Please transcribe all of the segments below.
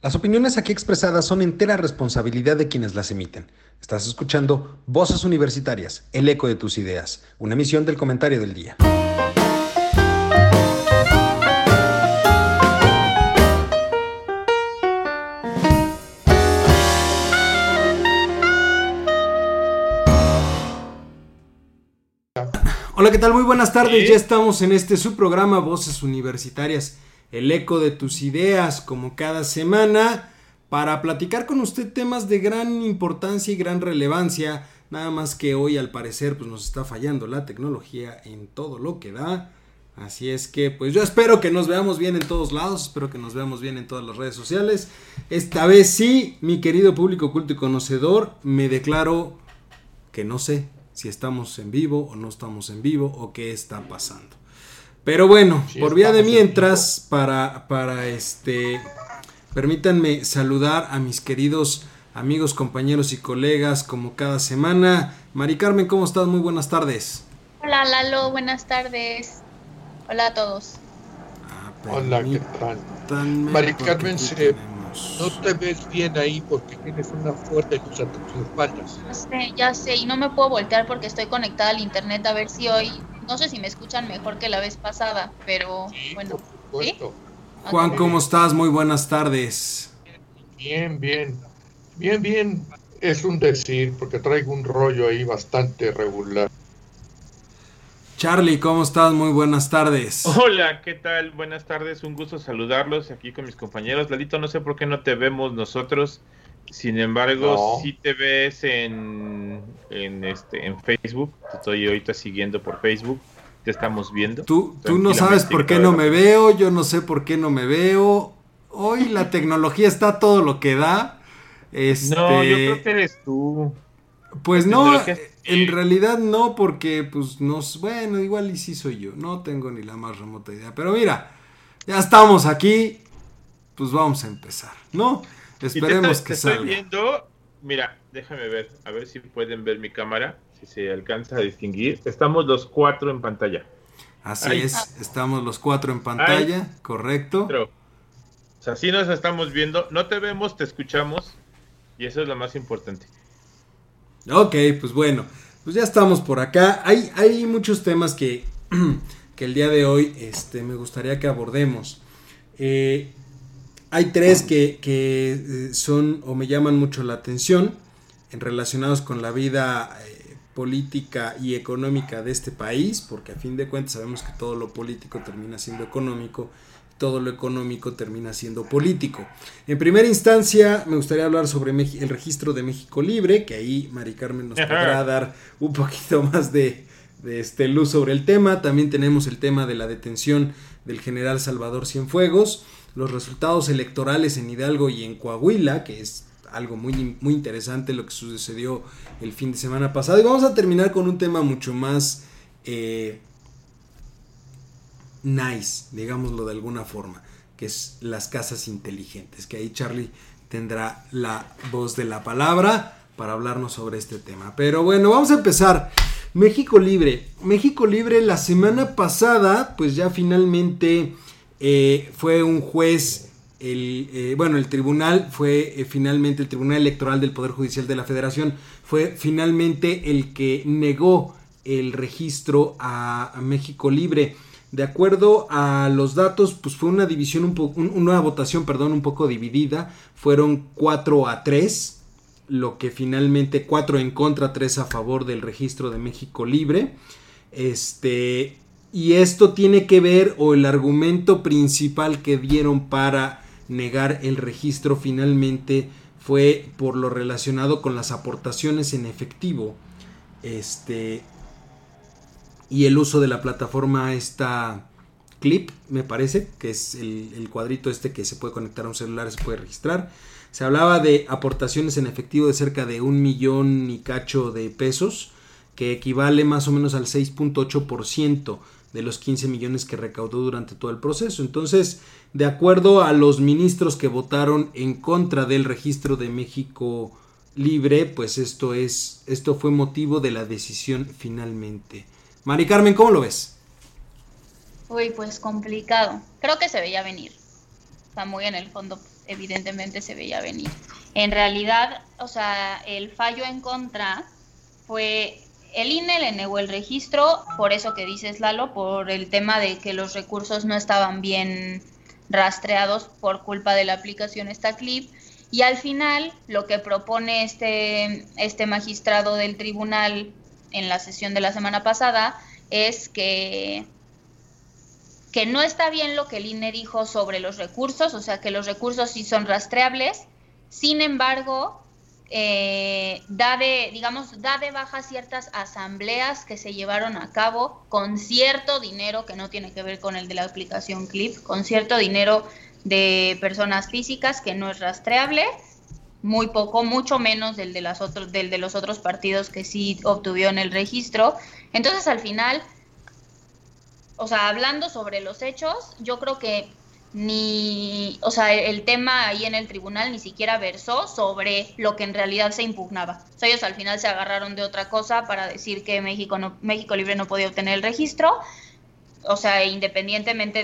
Las opiniones aquí expresadas son entera responsabilidad de quienes las emiten. Estás escuchando Voces Universitarias, el eco de tus ideas, una emisión del comentario del día. Hola, ¿qué tal? Muy buenas tardes. Sí. Ya estamos en este su programa Voces Universitarias, el eco de tus ideas, como cada semana, para platicar con usted temas de gran importancia y gran relevancia. Nada más que hoy, al parecer, pues nos está fallando la tecnología en todo lo que da. Así es que, pues yo espero que nos veamos bien en todos lados, espero que nos veamos bien en todas las redes sociales. Esta vez sí, mi querido público culto y conocedor, me declaro que no sé si estamos en vivo o no estamos en vivo o qué está pasando. Pero bueno, Sí, por vía de estamos en mientras, permítanme saludar a mis queridos amigos, compañeros y colegas como cada semana. Mari Carmen, ¿cómo estás? Muy buenas tardes. Hola Lalo, buenas tardes. Hola a todos. Hola, ¿qué tal? Mari Carmen, no te ves bien ahí porque tienes una fuerte luz a tus espaldas. Ya sé, y no me puedo voltear porque estoy conectada al internet a ver si hoy, no sé si me escuchan mejor que la vez pasada, pero Sí, bueno, por supuesto. ¿sí? Juan, Ok. ¿cómo estás? Muy buenas tardes. Bien, bien. Bien, bien. Es un decir porque traigo un rollo ahí bastante regular. Charlie, ¿cómo estás? Muy buenas tardes. Hola, ¿qué tal? Buenas tardes, un gusto saludarlos aquí con mis compañeros. Lalito, no sé por qué no te vemos nosotros, sin embargo, No. sí te ves en Facebook. Te estoy ahorita siguiendo por Facebook, te estamos viendo Tú no sabes tranquilamente por en qué toda de no la me pantalla. veo, yo no sé por qué no me veo. Hoy la tecnología está todo lo que da. No, yo creo Este, que eres tú. La pues no, tecnología está en bien. realidad no, porque pues no, bueno, igual y sí soy yo, no tengo ni la más remota idea. Pero mira, ya estamos aquí, pues vamos a empezar, ¿no? Y te estoy, Esperemos que te estoy salga. viendo. Mira, déjame ver, a ver si pueden ver mi cámara, si se alcanza a distinguir. Estamos los cuatro en pantalla. Así Ay, Ah, es, estamos los cuatro en ay, pantalla, correcto. pero, o sea, sí nos estamos viendo, no te vemos, te escuchamos, y eso es lo más importante. Ok, pues bueno, pues ya estamos por acá. Hay muchos temas que el día de hoy me gustaría que abordemos. Eh, Hay tres que son o me llaman mucho la atención relacionados con la vida política y económica de este país, porque a fin de cuentas sabemos que todo lo político termina siendo económico, todo lo económico termina siendo político. En primera instancia me gustaría hablar sobre el registro de México Libre, que ahí Mari Carmen nos podrá dar un poquito más de luz sobre el tema. También tenemos el tema de la detención del general Salvador Cienfuegos, los resultados electorales en Hidalgo y en Coahuila, que es algo muy, muy interesante lo que sucedió el fin de semana pasado. Y vamos a terminar con un tema mucho más nice, digámoslo de alguna forma, que es las casas inteligentes, que ahí Charlie tendrá la voz de la palabra para hablarnos sobre este tema. Pero bueno, vamos a empezar. México Libre. México Libre la semana pasada, pues ya finalmente fue un juez, el tribunal fue finalmente, el Tribunal Electoral del Poder Judicial de la Federación fue finalmente el que negó el registro a México Libre. De acuerdo a los datos, pues fue una división, una votación, perdón, un poco dividida. Fueron 4-3, lo que finalmente 4 en contra, 3 a favor del registro de México Libre. Y esto tiene que ver, o el argumento principal que dieron para negar el registro finalmente fue por lo relacionado con las aportaciones en efectivo. Y el uso de la plataforma esta Clip, me parece, que es el cuadrito que se puede conectar a un celular, se puede registrar. Se hablaba de aportaciones en efectivo de cerca de 1,000,000 y cacho de pesos, que equivale más o menos al 6.8% de los 15 millones que recaudó durante todo el proceso. Entonces, de acuerdo a los ministros que votaron en contra del registro de México Libre, pues esto fue motivo de la decisión finalmente. Mari Carmen, ¿cómo lo ves? uy, pues complicado. Creo que se veía venir. Está muy en el fondo evidentemente se veía venir. En realidad, o sea, el fallo en contra fue, el INE le negó el registro, por eso que dices, Lalo, por el tema de que los recursos no estaban bien rastreados por culpa de la aplicación Clip, y al final lo que propone este magistrado del tribunal en la sesión de la semana pasada es que no está bien lo que el INE dijo sobre los recursos, o sea que los recursos sí son rastreables, sin embargo, da de baja ciertas asambleas que se llevaron a cabo con cierto dinero que no tiene que ver con el de la aplicación Clip, con cierto dinero de personas físicas que no es rastreable, muy poco, mucho menos del de los otros partidos que sí obtuvieron el registro. Entonces, al final, o sea, hablando sobre los hechos, yo creo que el tema ahí en el tribunal ni siquiera versó sobre lo que en realidad se impugnaba. O sea, ellos al final se agarraron de otra cosa para decir que México Libre no podía obtener el registro. O sea, independientemente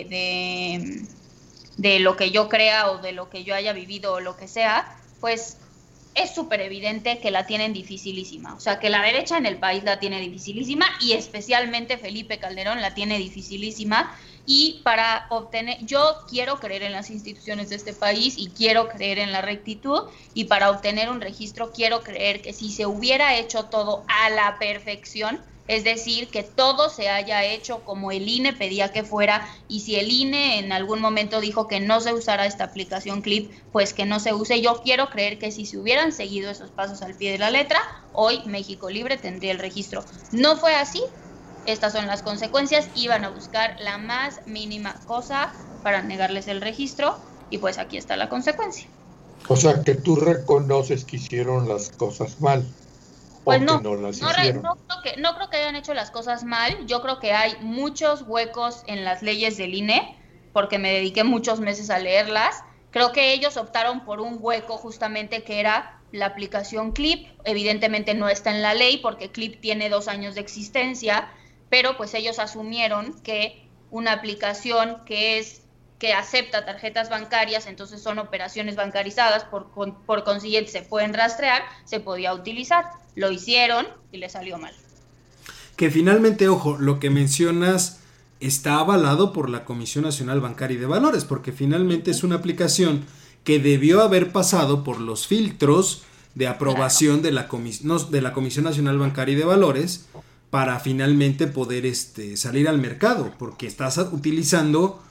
de lo que yo crea o de lo que yo haya vivido o lo que sea, pues es súper evidente que la tienen dificilísima. O sea, que la derecha en el país la tiene dificilísima y especialmente Felipe Calderón la tiene dificilísima. Y para obtener, yo quiero creer en las instituciones de este país y quiero creer en la rectitud, y para obtener un registro quiero creer que si se hubiera hecho todo a la perfección, es decir, que todo se haya hecho como el INE pedía que fuera, y si el INE en algún momento dijo que no se usara esta aplicación Clip, pues que no se use. Yo quiero creer que si se hubieran seguido esos pasos al pie de la letra, hoy México Libre tendría el registro. No fue así. Estas son las consecuencias, iban a buscar la más mínima cosa para negarles el registro, y pues aquí está la consecuencia. O sea, que tú reconoces que hicieron las cosas mal. Pues no creo que hayan hecho las cosas mal. Yo creo que hay muchos huecos en las leyes del INE, porque me dediqué muchos meses a leerlas. Creo que ellos optaron por un hueco justamente que era la aplicación Clip. Evidentemente no está en la ley porque Clip tiene 2 años de existencia, pero pues ellos asumieron que una aplicación que acepta tarjetas bancarias, entonces son operaciones bancarizadas, por consiguiente se pueden rastrear, se podía utilizar. Lo hicieron y le salió mal. Que finalmente, ojo, lo que mencionas está avalado por la Comisión Nacional Bancaria y de Valores, porque finalmente es una aplicación que debió haber pasado por los filtros de aprobación de la Comisión Nacional Bancaria y de Valores, para finalmente poder salir al mercado, porque estás utilizando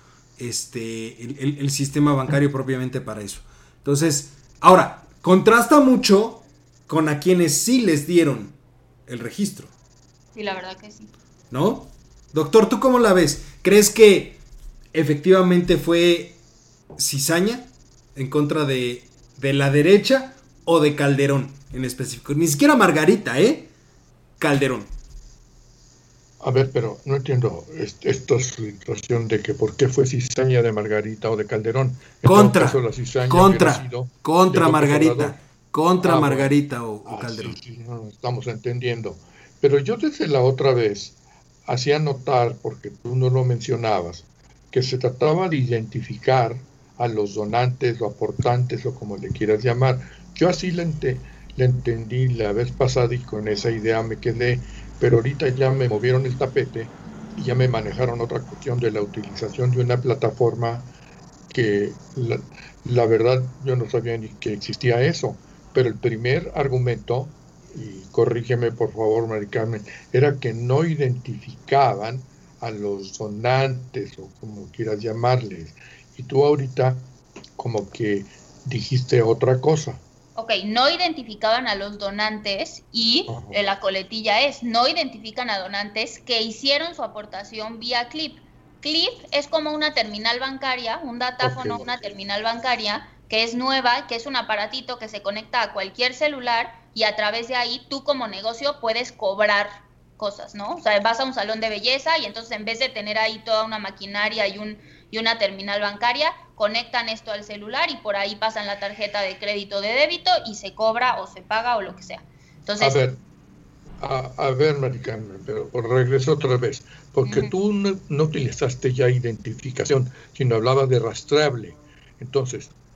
el sistema bancario propiamente para eso. Entonces, ahora, contrasta mucho con a quienes sí les dieron el registro. Sí, la verdad que sí. ¿No? Doctor, ¿tú cómo la ves? ¿Crees que efectivamente fue cizaña en contra de la derecha o de Calderón en específico? Ni siquiera Margarita, Calderón. A ver, pero no entiendo esta situación de que por qué fue cizaña de Margarita o de Calderón. Contra Margarita. Margarita o Calderón. Sí, no, estamos entendiendo. Pero yo desde la otra vez hacía notar, porque tú no lo mencionabas, que se trataba de identificar a los donantes o aportantes o como le quieras llamar. Yo así le entendí la vez pasada y con esa idea me quedé. Pero ahorita ya me movieron el tapete y ya me manejaron otra cuestión de la utilización de una plataforma que la verdad yo no sabía ni que existía eso. Pero el primer argumento, y corrígeme por favor, Mari Carmen, era que no identificaban a los donantes o como quieras llamarles. Y tú ahorita como que dijiste otra cosa. Ok, no identificaban a los donantes y la coletilla es, no identifican a donantes que hicieron su aportación vía Clip. Clip es como una terminal bancaria, un datáfono, una terminal bancaria que es nueva, que es un aparatito que se conecta a cualquier celular y a través de ahí tú como negocio puedes cobrar cosas, ¿no? O sea, vas a un salón de belleza y entonces en vez de tener ahí toda una maquinaria y una terminal bancaria, conectan esto al celular y por ahí pasan la tarjeta de crédito o de débito y se cobra o se paga o lo que sea. Entonces, a ver, Mari Carmen, pero regreso otra vez, porque tú no utilizaste ya identificación, sino hablabas de rastreable. Entonces,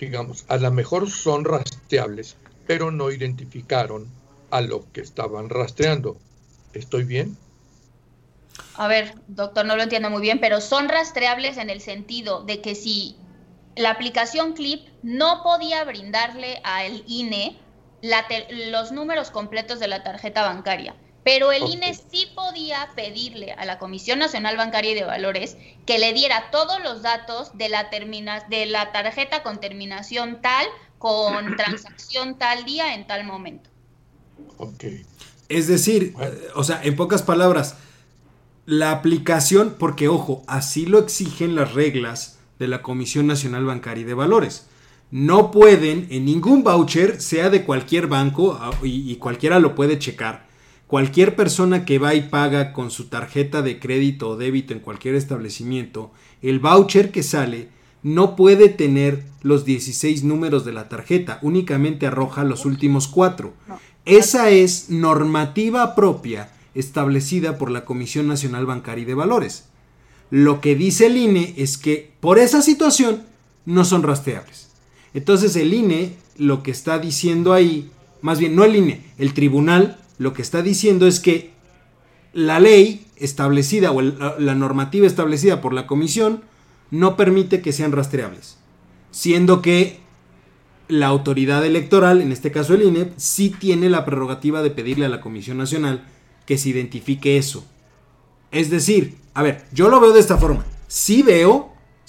digamos, a lo mejor son rastreables, pero no identificaron a lo que estaban rastreando. ¿Estoy bien? A ver, doctor, no lo entiendo muy bien, pero son rastreables en el sentido de que si la aplicación Clip no podía brindarle al INE los números completos de la tarjeta bancaria, pero el INE sí podía pedirle a la Comisión Nacional Bancaria y de Valores que le diera todos los datos de la tarjeta con terminación tal, con transacción tal día, en tal momento. Ok. Es decir, o sea, en pocas palabras, la aplicación, porque ojo, así lo exigen las reglas de la Comisión Nacional Bancaria y de Valores. No pueden, en ningún voucher, sea de cualquier banco, y cualquiera lo puede checar, cualquier persona que va y paga con su tarjeta de crédito o débito en cualquier establecimiento, el voucher que sale no puede tener los 16 números de la tarjeta, únicamente arroja los últimos 4. Esa es normativa propia establecida por la Comisión Nacional Bancaria y de Valores. Lo que dice el INE es que por esa situación no son rastreables. Entonces el INE lo que está diciendo ahí, más bien no el INE, el tribunal lo que está diciendo es que la ley establecida o la normativa establecida por la comisión no permite que sean rastreables, siendo que la autoridad electoral, en este caso el INE, sí tiene la prerrogativa de pedirle a la Comisión Nacional que se identifique eso. Es decir, a ver, yo lo veo de esta forma. Sí veo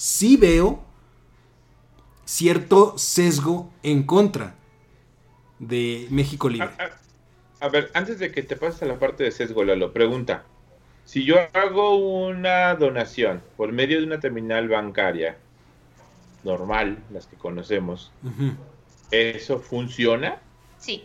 cierto sesgo en contra de México Libre. A ver, antes de que te pases a la parte de sesgo, Lalo, pregunta. Si yo hago una donación por medio de una terminal bancaria normal, las que conocemos, ¿eso funciona? Sí.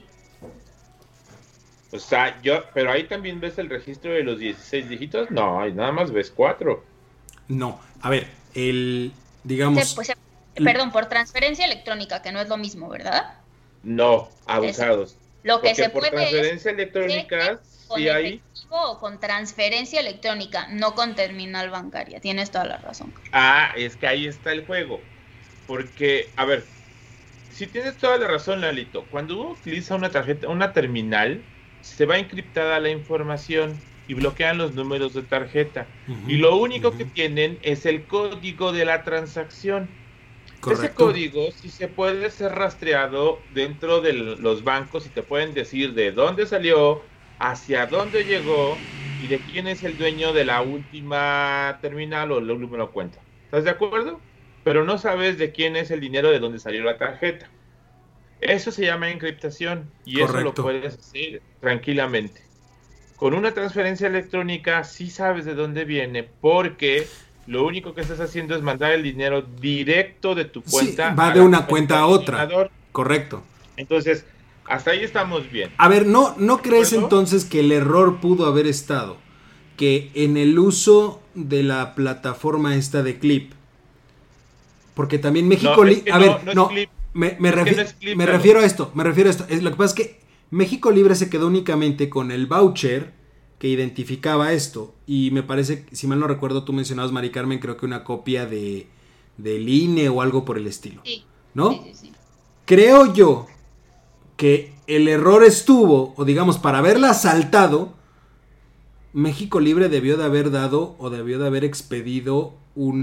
O sea, pero ahí también ves el registro de los 16 dígitos. No, ahí nada más ves 4. No, a ver, digamos... Perdón, por transferencia electrónica, que no es lo mismo, ¿verdad? No, abusados. Lo que porque se por puede transferencia electrónica, con sí hay... efectivo o con transferencia electrónica, no con terminal bancaria. Tienes toda la razón. Ah, es que ahí está el juego. Porque, a ver, si tienes toda la razón, Lalito, cuando uno utiliza una tarjeta, una terminal, se va encriptada la información y bloquean los números de tarjeta. Y lo único que tienen es el código de la transacción. Correcto. Ese código sí se puede ser rastreado dentro de los bancos y te pueden decir de dónde salió, hacia dónde llegó y de quién es el dueño de la última terminal o el número de cuenta. ¿Estás de acuerdo? Pero no sabes de quién es el dinero de dónde salió la tarjeta. Eso se llama encriptación y Correcto. Eso lo puedes hacer tranquilamente. Con una transferencia electrónica sí sabes de dónde viene porque lo único que estás haciendo es mandar el dinero directo de tu cuenta. Sí, va de una cuenta a otra. Correcto. Entonces, hasta ahí estamos bien. A ver, ¿no crees entonces que el error pudo haber estado que en el uso de la plataforma esta de Clip? Porque también México Libre... A ver, me refiero a esto. Lo que pasa es que México Libre se quedó únicamente con el voucher que identificaba esto. Y me parece, si mal no recuerdo, tú mencionabas, Mari Carmen, creo que una copia del INE o algo por el estilo. Sí. ¿No? Sí. Creo yo que el error estuvo, o digamos, para haberla saltado, México Libre debió de haber dado o debió de haber expedido un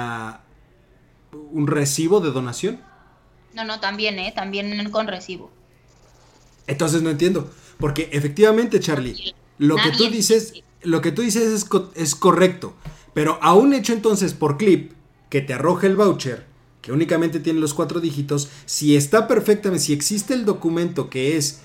recibo de donación. No, también con recibo. Entonces no entiendo, porque efectivamente, Charlie, lo que tú dices es correcto, pero a un hecho entonces por Clip que te arroja el voucher, que únicamente tiene los 4 dígitos, si está perfectamente, si existe el documento que es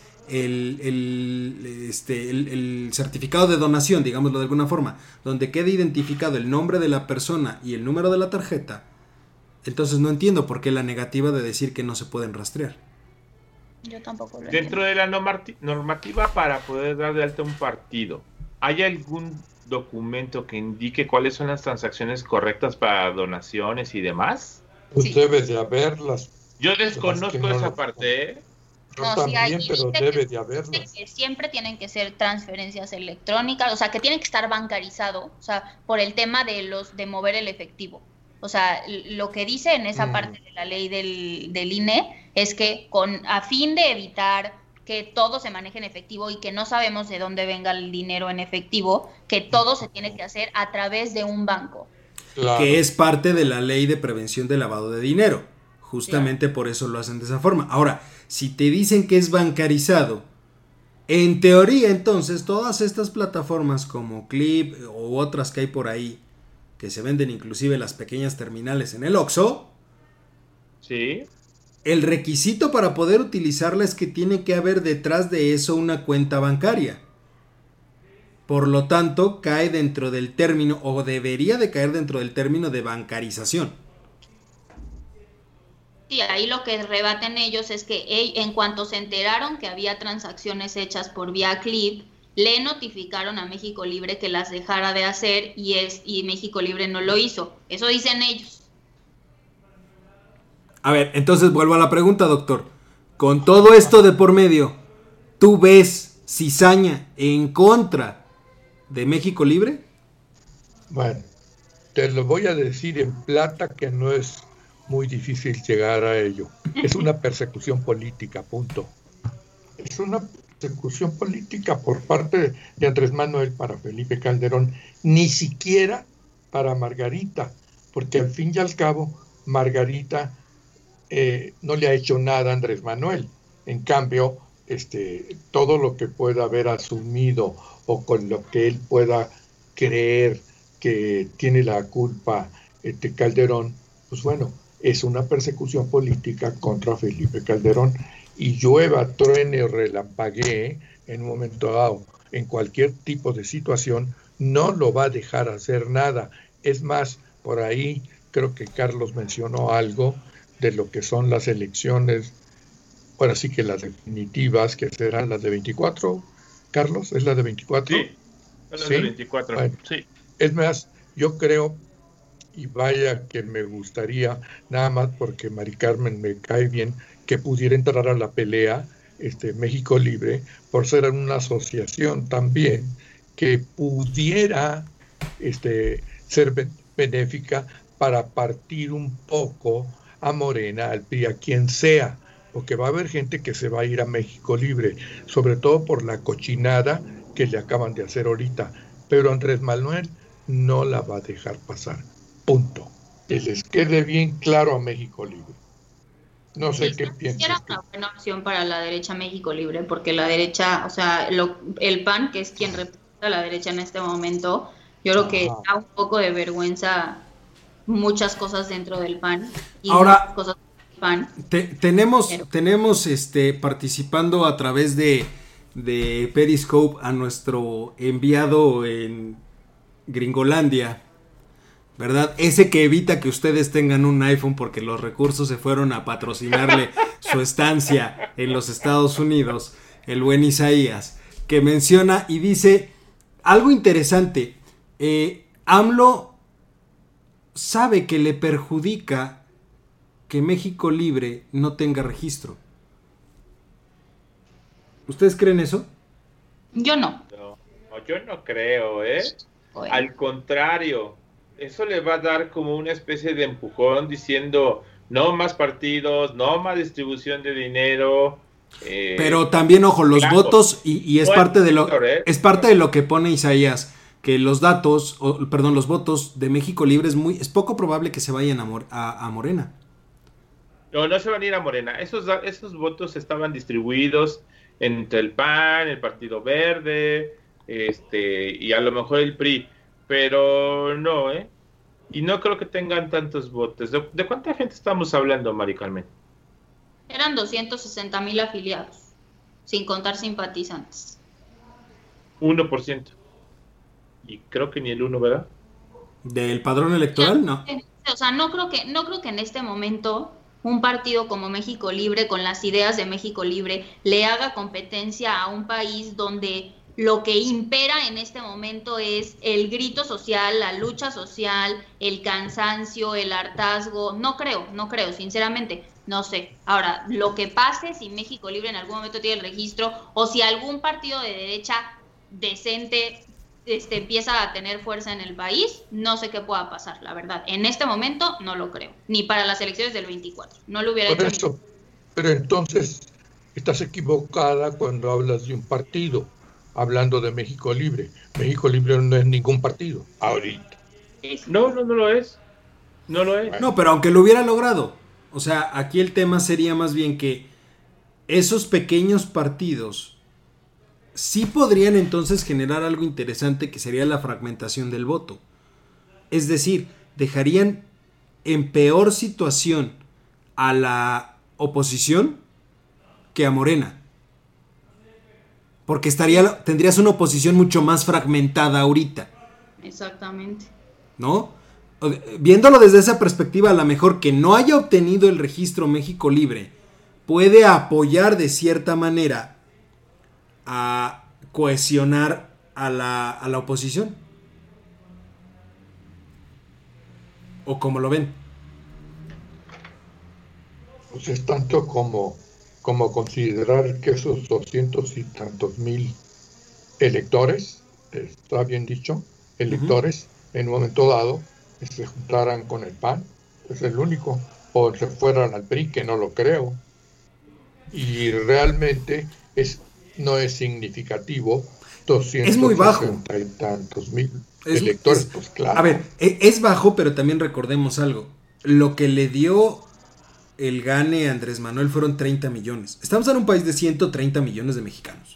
el certificado de donación, digámoslo de alguna forma, donde quede identificado el nombre de la persona y el número de la tarjeta, entonces no entiendo por qué la negativa de decir que no se pueden rastrear. Yo tampoco lo Dentro entiendo. de la normativa para poder dar de alta un partido, ¿hay algún documento que indique cuáles son las transacciones correctas para donaciones y demás? Pues sí. Debe de haberlas. Yo desconozco esa parte, ¿eh? Yo también, pero debe de haberlas. Siempre tienen que ser transferencias electrónicas, o sea, que tienen que estar bancarizado, o sea, por el tema de mover el efectivo. O sea, lo que dice en esa parte de la ley del INE es que a fin de evitar que todo se maneje en efectivo y que no sabemos de dónde venga el dinero en efectivo, que todo se tiene que hacer a través de un banco. Claro. Que es parte de la ley de prevención del lavado de dinero. Justamente por eso lo hacen de esa forma. Ahora, si te dicen que es bancarizado, en teoría entonces todas estas plataformas como Clip u otras que hay por ahí, que se venden inclusive las pequeñas terminales en el Oxxo, sí, el requisito para poder utilizarla es que tiene que haber detrás de eso una cuenta bancaria. Por lo tanto, cae dentro del término, o debería de caer dentro del término de bancarización. Sí, ahí lo que rebaten ellos es que en cuanto se enteraron que había transacciones hechas por vía Clip, le notificaron a México Libre que las dejara de hacer y México Libre no lo hizo. Eso dicen ellos. A ver, entonces vuelvo a la pregunta, doctor. Con todo esto de por medio, ¿tú ves cizaña en contra de México Libre? Bueno, te lo voy a decir en plata que no es muy difícil llegar a ello. Es una persecución política, punto. Es una persecución política por parte de Andrés Manuel para Felipe Calderón, ni siquiera para Margarita, porque al fin y al cabo Margarita no le ha hecho nada a Andrés Manuel. En cambio, todo lo que pueda haber asumido o con lo que él pueda creer que tiene la culpa Calderón, pues bueno, es una persecución política contra Felipe Calderón, y llueva, truene o relampaguee en un momento dado, en cualquier tipo de situación, no lo va a dejar hacer nada. Es más, por ahí creo que Carlos mencionó algo de lo que son las elecciones, ahora sí que las definitivas, que serán las de 24, Carlos, ¿es la de 24? Sí, es la de 24, bueno, sí. Es más, yo creo, y vaya que me gustaría, nada más porque Mari Carmen me cae bien, que pudiera entrar a la pelea México Libre, por ser una asociación también que pudiera ser benéfica para partir un poco a Morena, al PRI, a quien sea, porque va a haber gente que se va a ir a México Libre, sobre todo por la cochinada que le acaban de hacer ahorita, pero Andrés Manuel no la va a dejar pasar, punto. Que les quede bien claro a México Libre. No sé qué piensas. Era una buena opción para la derecha México Libre, porque la derecha, o sea, el PAN, que es quien representa a la derecha en este momento, yo creo que da un poco de vergüenza muchas cosas dentro del PAN. Y ahora, cosas del PAN. Tenemos participando a través de Periscope a nuestro enviado en Gringolandia, ¿verdad? Ese que evita que ustedes tengan un iPhone porque los recursos se fueron a patrocinarle su estancia en los Estados Unidos, el buen Isaías, que menciona y dice algo interesante. AMLO sabe que le perjudica que México Libre no tenga registro. ¿Ustedes creen eso? Yo no. No, yo no creo, Bueno. Al contrario, eso le va a dar como una especie de empujón diciendo no más partidos, no más distribución de dinero. Pero también, ojo, los votos, y es parte de lo que pone Isaías, que los los votos de México Libre es poco probable que se vayan a Morena. No se van a ir a Morena. Esos votos estaban distribuidos entre el PAN, el Partido Verde, y a lo mejor el PRI, pero no, y no creo que tengan tantos votos. ¿De cuánta gente estamos hablando, Mari Carmen? Eran 260,000 afiliados, sin contar simpatizantes. 1%. Y creo que ni el 1, ¿verdad? ¿Del padrón electoral? No. O sea, no creo que en este momento un partido como México Libre, con las ideas de México Libre, le haga competencia a un país donde lo que impera en este momento es el grito social, la lucha social, el cansancio, el hartazgo. No creo, sinceramente, no sé. Ahora, lo que pase si México Libre en algún momento tiene el registro, o si algún partido de derecha decente empieza a tener fuerza en el país, no sé qué pueda pasar, la verdad. En este momento no lo creo, ni para las elecciones del 24. No lo hubiera Por hecho. eso, pero entonces estás equivocada cuando hablas de un partido, hablando de México Libre. México Libre no es ningún partido, ahorita. No lo es. No lo es. No, pero aunque lo hubiera logrado, o sea, aquí el tema sería más bien que esos pequeños partidos sí podrían entonces generar algo interesante que sería la fragmentación del voto. Es decir, dejarían en peor situación a la oposición que a Morena. Porque tendrías una oposición mucho más fragmentada ahorita. Exactamente. ¿No? Viéndolo desde esa perspectiva, a lo mejor que no haya obtenido el registro México Libre puede apoyar de cierta manera a cohesionar a la oposición. ¿O cómo lo ven? Pues es tanto como considerar que esos 200 y tantos mil electores, está bien dicho, electores, en un momento dado, se juntaran con el PAN, es el único, o se fueran al PRI, que no lo creo. Y realmente no es significativo 260 es muy bajo. Y tantos mil electores, pues claro. A ver, es bajo, pero también recordemos algo. Lo que le dio el gane a Andrés Manuel fueron 30 millones. Estamos en un país de 130 millones de mexicanos.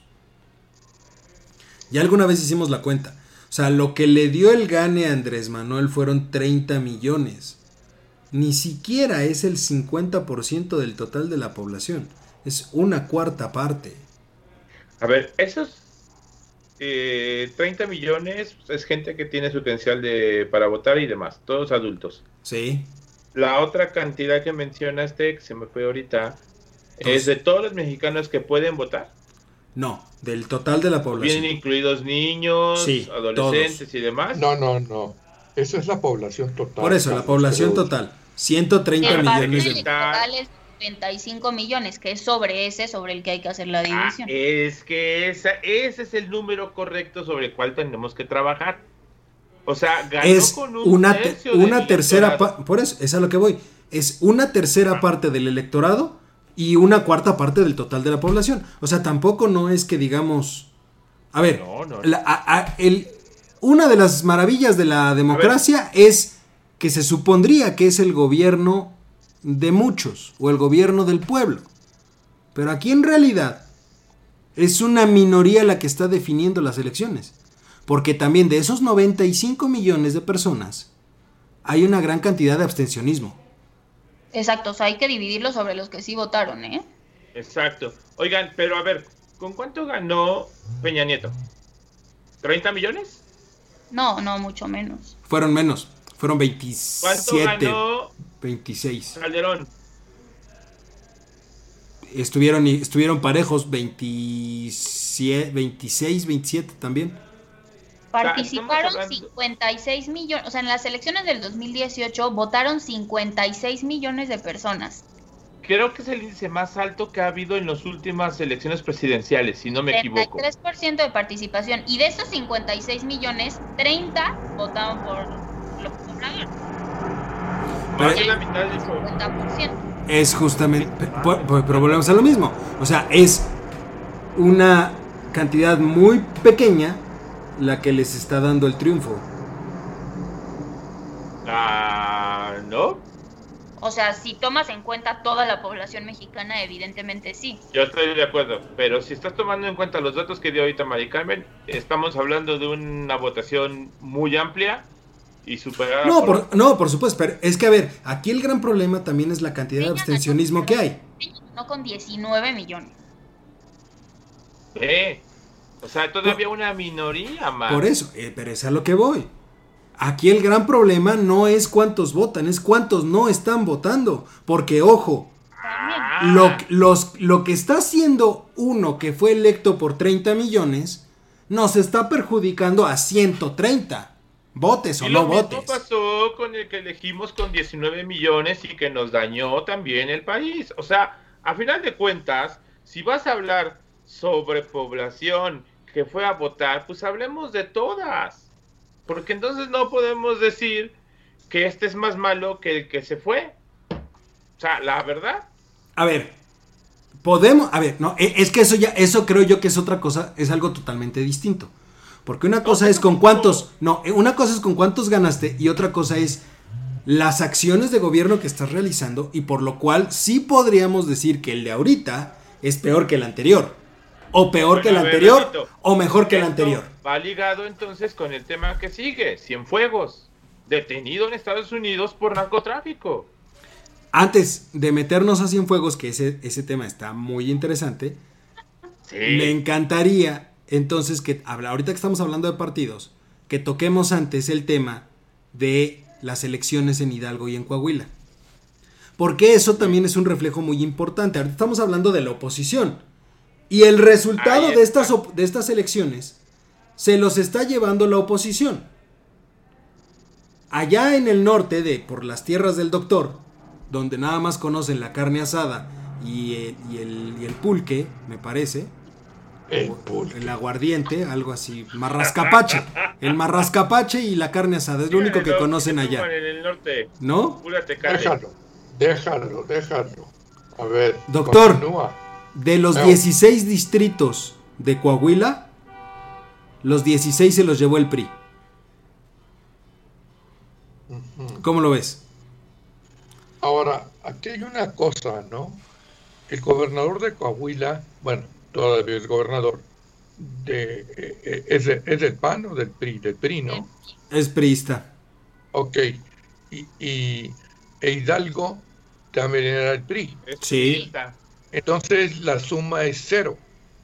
Ya alguna vez hicimos la cuenta. O sea, lo que le dio el gane a Andrés Manuel fueron 30 millones. Ni siquiera es el 50% del total de la población. Es una cuarta parte. A ver, esos 30 millones es gente que tiene su potencial para votar y demás, todos adultos. Sí. La otra cantidad que mencionaste, que se me fue ahorita, ¿es de todos los mexicanos que pueden votar? No, del total de la población. ¿Vienen incluidos niños, sí, adolescentes todos. Y demás? No. Esa es la población total. Por eso, la población total. 130 millones de electorales, 35 millones, que es sobre el que hay que hacer la división. Es que ese es el número correcto sobre el cual tenemos que trabajar. O sea, ganó es con una tercera por eso, es a lo que voy. Es una tercera parte del electorado y una cuarta parte del total de la población. O sea, tampoco no es que digamos... A ver, una de las maravillas de la democracia es que se supondría que es el gobierno de muchos o el gobierno del pueblo. Pero aquí en realidad es una minoría la que está definiendo las elecciones. Porque también de esos 95 millones de personas hay una gran cantidad de abstencionismo. Exacto, o sea, hay que dividirlo sobre los que sí votaron, ¿eh? Exacto. Oigan, pero a ver, ¿con cuánto ganó Peña Nieto? ¿30 millones? No, mucho menos. Fueron menos, fueron 27. ¿Cuánto ganó 26. Calderón? Estuvieron parejos, 26, 27 también. Participaron 56 millones, o sea, en las elecciones del 2018 votaron 56 millones de personas. Creo que es el índice más alto que ha habido en las últimas elecciones presidenciales, si no me equivoco. 33% de participación, y de esos 56 millones, 30 votaron por López Obrador. Más de la mitad de eso. 50%. Es justamente, pero volvemos a lo mismo. O sea, es una cantidad muy pequeña la que les está dando el triunfo. ¿No? O sea, si tomas en cuenta toda la población mexicana, evidentemente sí. Yo estoy de acuerdo, pero si estás tomando en cuenta los datos que dio ahorita Mari Carmen, estamos hablando de una votación muy amplia y superada. Por supuesto, pero es que a ver, aquí el gran problema también es la cantidad de abstencionismo que hay. No, con 19 millones. O sea, todavía una minoría más. Por eso, pero es a lo que voy. Aquí el gran problema no es cuántos votan, es cuántos no están votando. Porque, ojo, lo que está haciendo uno que fue electo por 30 millones nos está perjudicando a 130. Votes o no votes. Lo mismo pasó con el que elegimos con 19 millones y que nos dañó también el país. O sea, a final de cuentas, si vas a hablar sobre población que fue a votar, pues hablemos de todas. Porque entonces no podemos decir que este es más malo que el que se fue. O sea, la verdad. A ver, no, es que eso creo yo que es otra cosa, es algo totalmente distinto. Porque una cosa es con cuántos ganaste y otra cosa es las acciones de gobierno que estás realizando, y por lo cual sí podríamos decir que el de ahorita es peor que el anterior, o peor que el anterior, Benito, o mejor que el anterior. Va ligado entonces con el tema que sigue, Cienfuegos, detenido en Estados Unidos por narcotráfico. Antes de meternos a Cienfuegos, que ese tema está muy interesante, sí, me encantaría entonces que, ahorita que estamos hablando de partidos, que toquemos antes el tema de las elecciones en Hidalgo y en Coahuila. Porque eso también es un reflejo muy importante. Ahorita estamos hablando de la oposición. Y el resultado de estas elecciones se los está llevando la oposición. Allá en el norte, por las tierras del doctor, donde nada más conocen la carne asada y el pulque, me parece. El aguardiente, algo así, marrascapache. El marrascapache y la carne asada es lo único que conocen allá. En el norte. ¿No? Déjalo. A ver, doctor, continúa. De los 16 distritos de Coahuila, los 16 se los llevó el PRI. ¿Cómo lo ves? Ahora, aquí hay una cosa, ¿no? El gobernador de Coahuila, bueno, todavía es gobernador, ¿es del PAN o del PRI? Del PRI, ¿no? Es priista. Ok. Y Hidalgo también era el PRI. Sí. Entonces la suma es 0.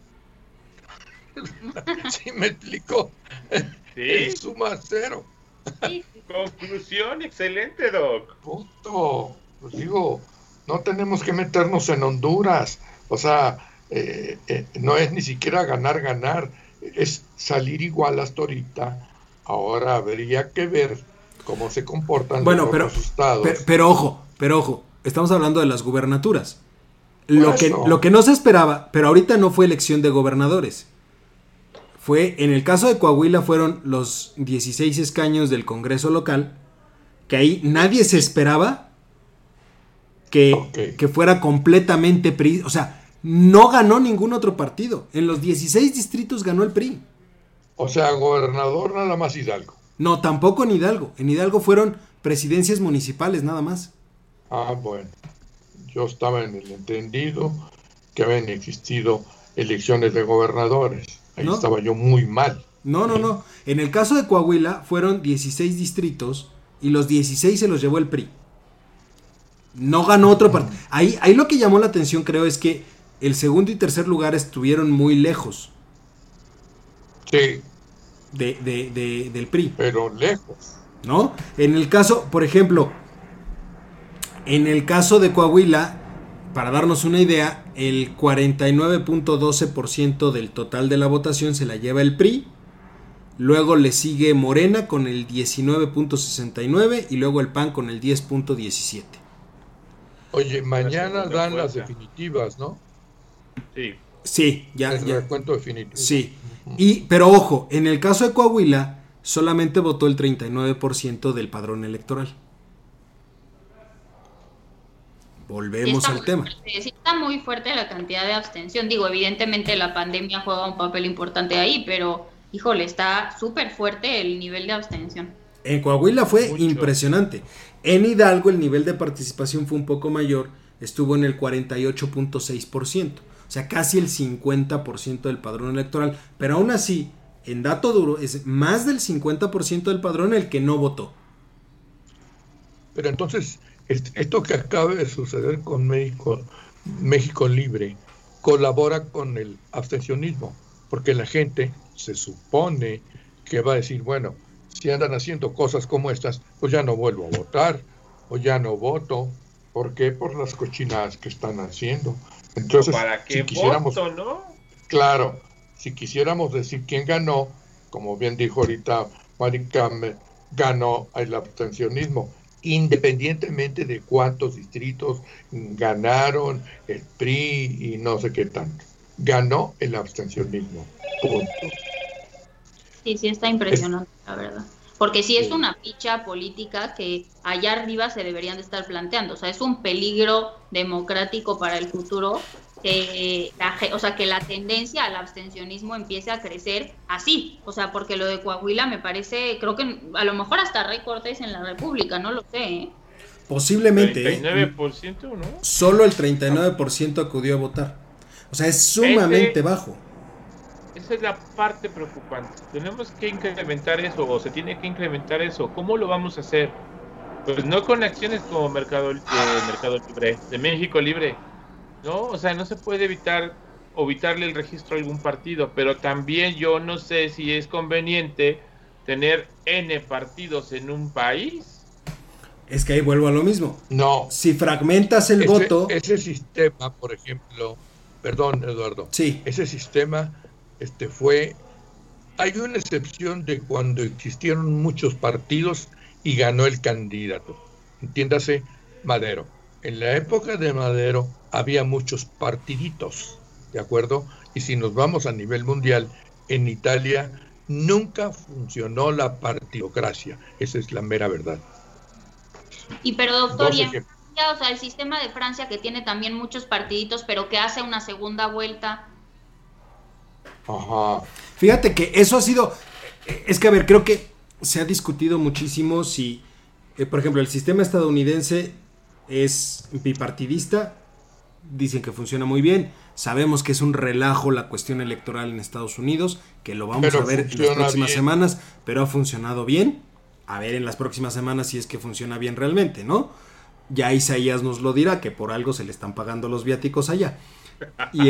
¿Sí me explicó? Sí. Suma 0. Sí. Conclusión, excelente, Doc. Punto. Pues digo, no tenemos que meternos en Honduras. O sea, no es ni siquiera ganar, es salir igual hasta ahorita. Ahora habría que ver cómo se comportan los otros estados. Pero ojo, estamos hablando de las gubernaturas. Lo que no se esperaba, pero ahorita no fue elección de gobernadores. En el caso de Coahuila fueron los 16 escaños del Congreso local, que ahí nadie se esperaba que fuera completamente PRI. O sea, no ganó ningún otro partido. En los 16 distritos ganó el PRI. O sea, gobernador nada más Hidalgo. No, tampoco en Hidalgo. En Hidalgo fueron presidencias municipales nada más. Ah, bueno. Yo estaba en el entendido que habían existido elecciones de gobernadores. Ahí ¿no? Estaba yo muy mal. No. En el caso de Coahuila fueron 16 distritos y los 16 se los llevó el PRI. No ganó otro partido. Ahí lo que llamó la atención, creo, es que el segundo y tercer lugar estuvieron muy lejos. Sí. Del PRI. Pero lejos. ¿No? En el caso, por ejemplo, en el caso de Coahuila, para darnos una idea, el 49.12% del total de la votación se la lleva el PRI. Luego le sigue Morena con el 19.69 y luego el PAN con el 10.17. Oye, mañana dan las definitivas, ¿no? Sí. Sí, ya. El recuento definitivo. Sí. Pero ojo, en el caso de Coahuila, solamente votó el 39% del padrón electoral. Volvemos al tema. Sí, está muy fuerte la cantidad de abstención. Digo, evidentemente la pandemia juega un papel importante ahí, pero, híjole, está súper fuerte el nivel de abstención. En Coahuila fue impresionante. En Hidalgo el nivel de participación fue un poco mayor, estuvo en el 48.6%. O sea, casi el 50% del padrón electoral. Pero aún así, en dato duro, es más del 50% del padrón el que no votó. Pero entonces, esto que acaba de suceder con México Libre, colabora con el abstencionismo. Porque la gente se supone que va a decir, bueno, si andan haciendo cosas como estas, pues ya no vuelvo a votar, o ya no voto. ¿Por qué? Por las cochinadas que están haciendo. Entonces, ¿para qué si quisiéramos, voto, no? Claro, si quisiéramos decir quién ganó, como bien dijo ahorita Maricame, ganó el abstencionismo, independientemente de cuántos distritos ganaron el PRI y no sé qué tanto. Ganó el abstencionismo. Punto. Sí, sí, está impresionante, la verdad. Porque sí es una ficha política que allá arriba se deberían de estar planteando. O sea, es un peligro democrático para el futuro que que la tendencia al abstencionismo empiece a crecer así. O sea, porque lo de Coahuila me parece, creo que a lo mejor hasta Rey Cortés en la República, no lo sé, ¿eh? Posiblemente. 39%, ¿no? Solo el 39% acudió a votar. O sea, es sumamente bajo. Esa es la parte preocupante. Tenemos que incrementar eso, o se tiene que incrementar eso. ¿Cómo lo vamos a hacer? Pues no con acciones como Mercado Libre, de México Libre, ¿no? O sea, no se puede evitarle el registro a algún partido, pero también yo no sé si es conveniente tener N partidos en un país. Es que ahí vuelvo a lo mismo. No. Si fragmentas el voto... Ese sistema, por ejemplo... Perdón, Eduardo. Sí. Ese sistema hay una excepción de cuando existieron muchos partidos y ganó el candidato. Entiéndase, Madero. En la época de Madero había muchos partiditos, ¿de acuerdo? Y si nos vamos a nivel mundial, en Italia nunca funcionó la partidocracia. Esa es la mera verdad. Y pero doctor, y en Francia, o sea, el sistema de Francia que tiene también muchos partiditos, pero que hace una segunda vuelta. Ajá. Fíjate que eso ha sido, es que a ver, creo que se ha discutido muchísimo si, por ejemplo, el sistema estadounidense es bipartidista, dicen que funciona muy bien, sabemos que es un relajo la cuestión electoral en Estados Unidos, que lo vamos a ver en las próximas semanas, pero ha funcionado bien, a ver en las próximas semanas si es que funciona bien realmente, ¿no? Ya Isaías nos lo dirá, que por algo se le están pagando los viáticos allá. Y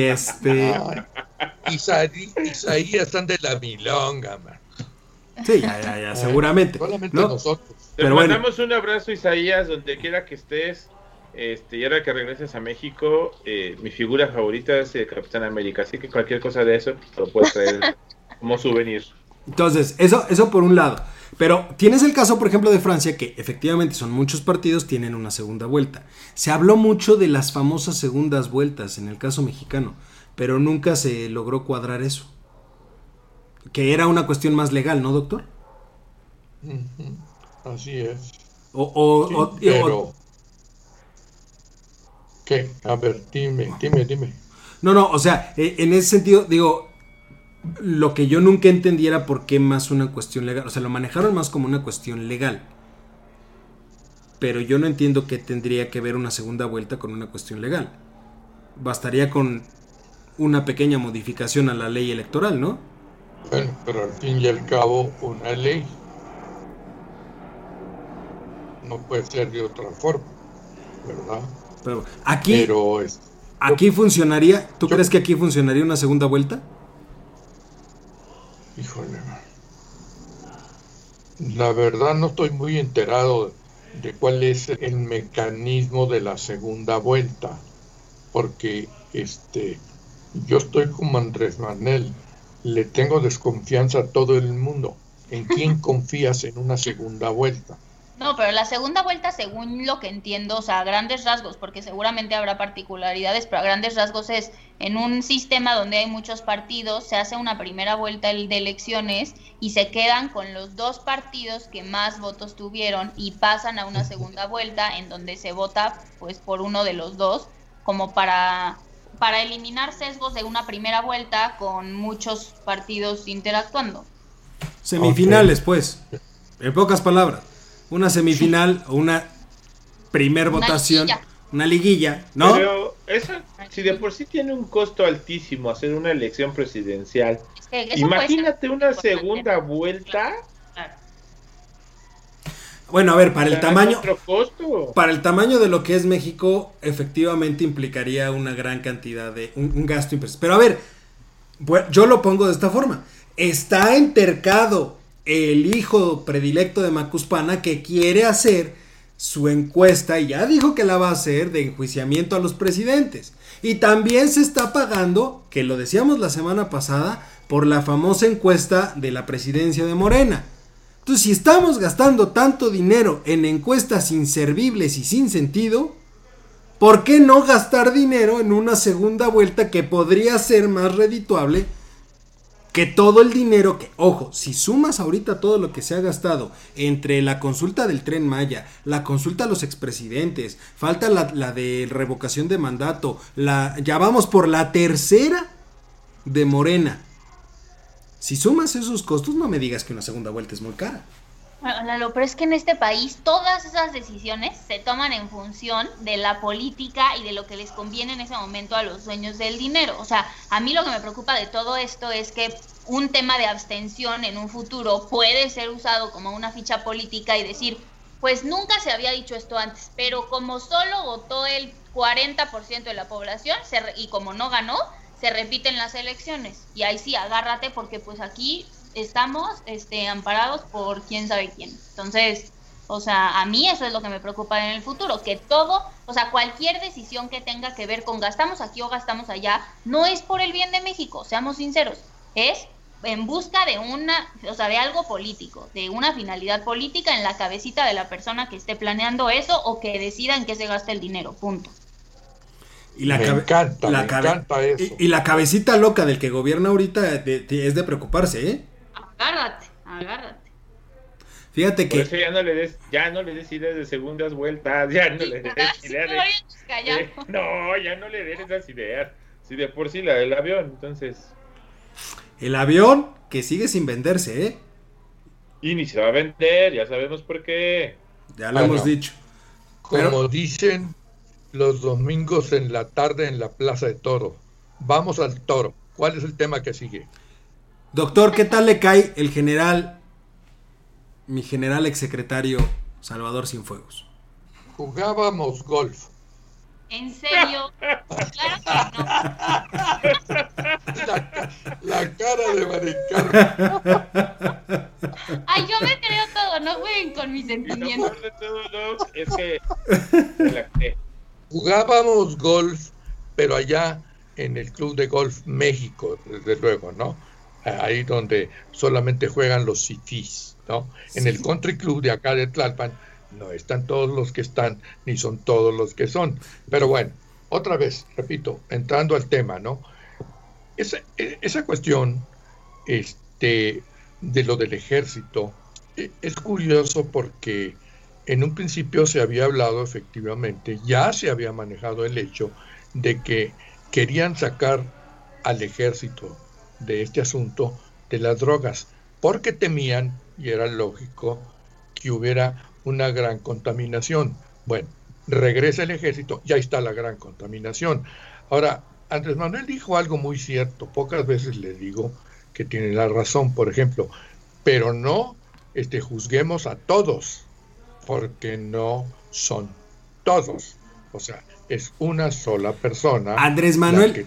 Isaías están de la milonga, man. Sí, ya, seguramente. Solamente ¿no? nosotros. Te mandamos un abrazo, Isaías, donde quiera que estés. Y ahora que regreses a México, mi figura favorita es el Capitán América, así que cualquier cosa de eso lo puedes traer como souvenir. Entonces, eso por un lado. Pero tienes el caso, por ejemplo, de Francia, que efectivamente son muchos partidos, tienen una segunda vuelta. Se habló mucho de las famosas segundas vueltas en el caso mexicano, pero nunca se logró cuadrar eso. Que era una cuestión más legal, ¿no, doctor? Así es. Pero... ¿Qué? A ver, dime. No, o sea, en ese sentido, digo, lo que yo nunca entendí era por qué más una cuestión legal. O sea, lo manejaron más como una cuestión legal. Pero yo no entiendo qué tendría que ver una segunda vuelta con una cuestión legal. Bastaría con una pequeña modificación a la ley electoral, ¿no? Bueno, pero al fin y al cabo, una ley no puede ser de otra forma, ¿verdad? Pero aquí funcionaría. ¿Tú crees que aquí funcionaría una segunda vuelta? Híjole, la verdad no estoy muy enterado de cuál es el mecanismo de la segunda vuelta, porque yo estoy como Andrés Manuel, le tengo desconfianza a todo el mundo. ¿En quién confías en una segunda vuelta? No, pero la segunda vuelta, según lo que entiendo, o sea, a grandes rasgos, porque seguramente habrá particularidades, pero a grandes rasgos es en un sistema donde hay muchos partidos, se hace una primera vuelta de elecciones y se quedan con los dos partidos que más votos tuvieron y pasan a una segunda vuelta en donde se vota pues por uno de los dos, como para eliminar sesgos de una primera vuelta con muchos partidos interactuando. Semifinales, pues, en pocas palabras. Una semifinal o una primer votación, una liguilla, ¿no? Pero eso, si de por sí tiene un costo altísimo hacer una elección presidencial, imagínate una segunda vuelta. Bueno, a ver, para el tamaño de lo que es México, efectivamente implicaría una gran cantidad de un gasto impresionante. Pero a ver, yo lo pongo de esta forma. Está entercado el hijo predilecto de Macuspana que quiere hacer su encuesta y ya dijo que la va a hacer de enjuiciamiento a los presidentes. Y también se está pagando, que lo decíamos la semana pasada, por la famosa encuesta de la presidencia de Morena. Entonces, si estamos gastando tanto dinero en encuestas inservibles y sin sentido, ¿por qué no gastar dinero en una segunda vuelta que podría ser más redituable que todo el dinero que, ojo, si sumas ahorita todo lo que se ha gastado entre la consulta del Tren Maya, la consulta a los expresidentes, falta la de revocación de mandato, ya vamos por la tercera de Morena. Si sumas esos costos, no me digas que una segunda vuelta es muy cara. Bueno, Lalo, pero es que en este país todas esas decisiones se toman en función de la política y de lo que les conviene en ese momento a los dueños del dinero. O sea, a mí lo que me preocupa de todo esto es que un tema de abstención en un futuro puede ser usado como una ficha política y decir, pues nunca se había dicho esto antes, pero como solo votó el 40% de la población y como no ganó, se repiten las elecciones. Y ahí sí, agárrate porque pues aquí estamos amparados por quién sabe quién. Entonces, o sea, a mí eso es lo que me preocupa en el futuro, que todo, o sea, cualquier decisión que tenga que ver con gastamos aquí o gastamos allá, no es por el bien de México, seamos sinceros, es en busca de de algo político, de una finalidad política en la cabecita de la persona que esté planeando eso o que decida en qué se gasta el dinero, punto. Y me encanta eso. Y la cabecita loca del que gobierna ahorita es de preocuparse, ¿eh? Agárrate. Fíjate que... Por eso ya no le des ideas de segundas vueltas, ya no le des ideas no, ya no le des esas ideas. Si de por sí la del avión, entonces... El avión que sigue sin venderse, ¿eh? Y ni se va a vender, ya sabemos por qué. Ya lo hemos dicho. Como dicen los domingos en la tarde en la Plaza de Toro, vamos al toro. ¿Cuál es el tema que sigue? Doctor, ¿qué tal le cae mi general exsecretario Salvador Cienfuegos? Jugábamos golf. ¿En serio? Claro que no. La cara de Maricarmen. Ay, yo me creo todo, no jueguen con mis sentimientos. Lo peor de todo, es que jugábamos golf, pero allá en el Club de Golf México, desde luego, ¿no? Ahí donde solamente juegan los fifís, ¿no? Sí. En el Country Club de acá de Tlalpan no están todos los que están, ni son todos los que son. Pero bueno, otra vez, repito, entrando al tema, ¿no? Esa cuestión de lo del ejército es curioso porque en un principio se había hablado efectivamente, ya se había manejado el hecho de que querían sacar al ejército de este asunto de las drogas, porque temían, y era lógico, que hubiera una gran contaminación. Bueno, regresa el ejército, ya está la gran contaminación. Ahora, Andrés Manuel dijo algo muy cierto, pocas veces le digo que tiene la razón, por ejemplo, pero no juzguemos a todos, porque no son todos. O sea, es una sola persona. Andrés Manuel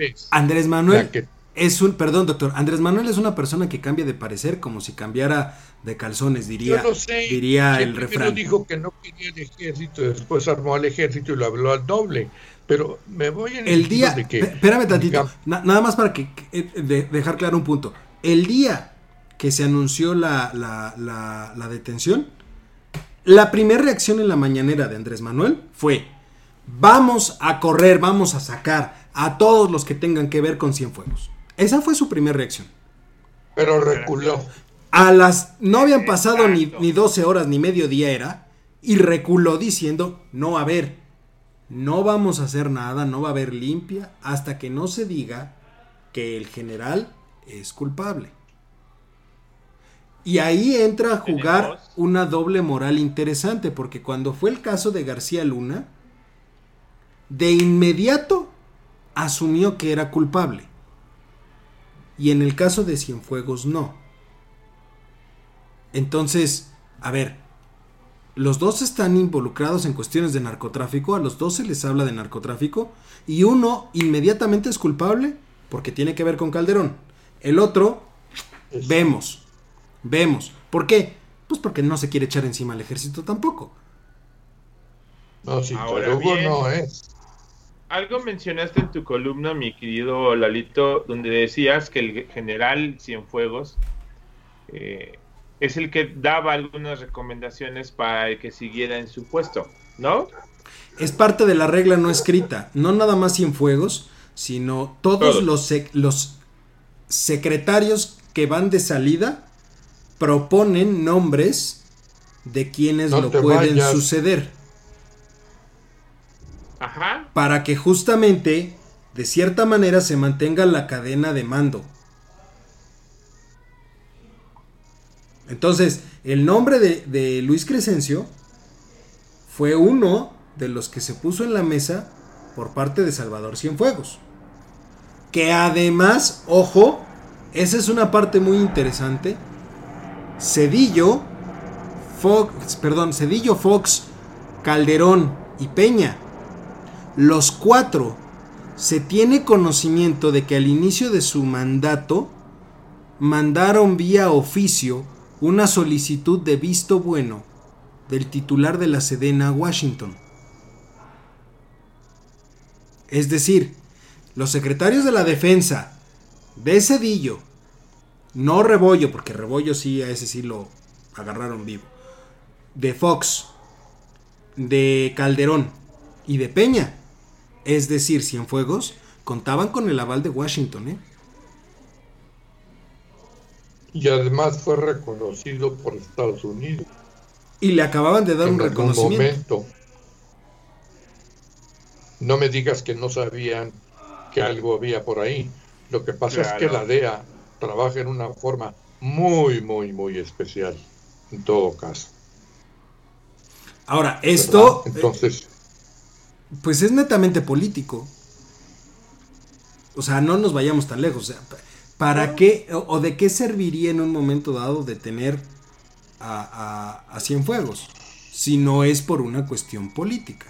perdón, doctor, Andrés Manuel es una persona que cambia de parecer como si cambiara de calzones, diría el refrán. Dijo que no quería el ejército, después armó al ejército y lo habló al doble. Pero me voy en el día de que... Espérame tantito, nada más para dejar claro un punto. El día que se anunció la detención, la primera reacción en la mañanera de Andrés Manuel fue: vamos a correr, vamos a sacar a todos los que tengan que ver con Cienfuegos. Esa fue su primera reacción. Pero reculó. No habían pasado ni 12 horas, ni mediodía era, y reculó diciendo: no, a ver, no vamos a hacer nada, no va a haber limpia hasta que no se diga que el general es culpable. Y ahí entra a jugar una doble moral interesante, porque cuando fue el caso de García Luna, de inmediato asumió que era culpable. Y en el caso de Cienfuegos no. Entonces, a ver, los dos están involucrados en cuestiones de narcotráfico, a los dos se les habla de narcotráfico, y uno inmediatamente es culpable porque tiene que ver con Calderón. El otro, vemos. ¿Por qué? Pues porque no se quiere echar encima al ejército tampoco. No, sí, pero Hugo no es. Algo mencionaste en tu columna, mi querido Lalito, donde decías que el general Cienfuegos es el que daba algunas recomendaciones para que siguiera en su puesto, ¿no? Es parte de la regla no escrita, no nada más Cienfuegos, sino todos los secretarios que van de salida proponen nombres de quienes lo pueden suceder. Ajá. Para que justamente, de cierta manera, se mantenga la cadena de mando. Entonces, el nombre de Luis Crescencio fue uno de los que se puso en la mesa por parte de Salvador Cienfuegos. Que además, ojo, esa es una parte muy interesante. Cedillo, Fox, Calderón y Peña, los 4, se tiene conocimiento de que al inicio de su mandato mandaron vía oficio una solicitud de visto bueno del titular de la Sedena a Washington. Es decir, los secretarios de la defensa de Cedillo, no Rebollo, porque Rebollo sí, a ese sí lo agarraron vivo, de Fox, de Calderón y de Peña, es decir, Cienfuegos, contaban con el aval de Washington, Y además fue reconocido por Estados Unidos. Y le acababan de dar un reconocimiento. Momento. No me digas que no sabían que algo había por ahí. Lo que pasa es que la DEA trabaja en una forma muy, muy, muy especial, en todo caso. Ahora, esto, entonces, pues es netamente político. O sea, no nos vayamos tan lejos. O sea, ¿para qué o de qué serviría en un momento dado detener a Cienfuegos si no es por una cuestión política?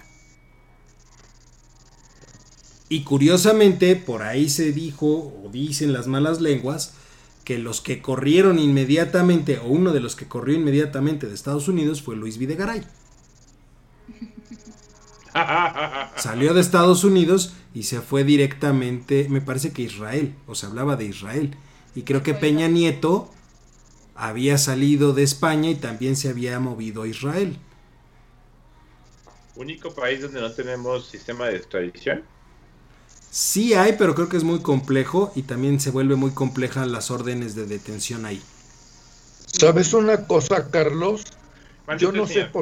Y curiosamente, por ahí se dijo, o dicen las malas lenguas, que los que corrieron inmediatamente, o uno de los que corrió inmediatamente de Estados Unidos fue Luis Videgaray. Salió de Estados Unidos y se fue directamente, me parece que Israel, o se hablaba de Israel. Y creo que Peña Nieto había salido de España y también se había movido a Israel. ¿Único país donde no tenemos sistema de extradición? Sí hay, pero creo que es muy complejo y también se vuelve muy compleja las órdenes de detención ahí. ¿Sabes una cosa, Carlos? Yo no sé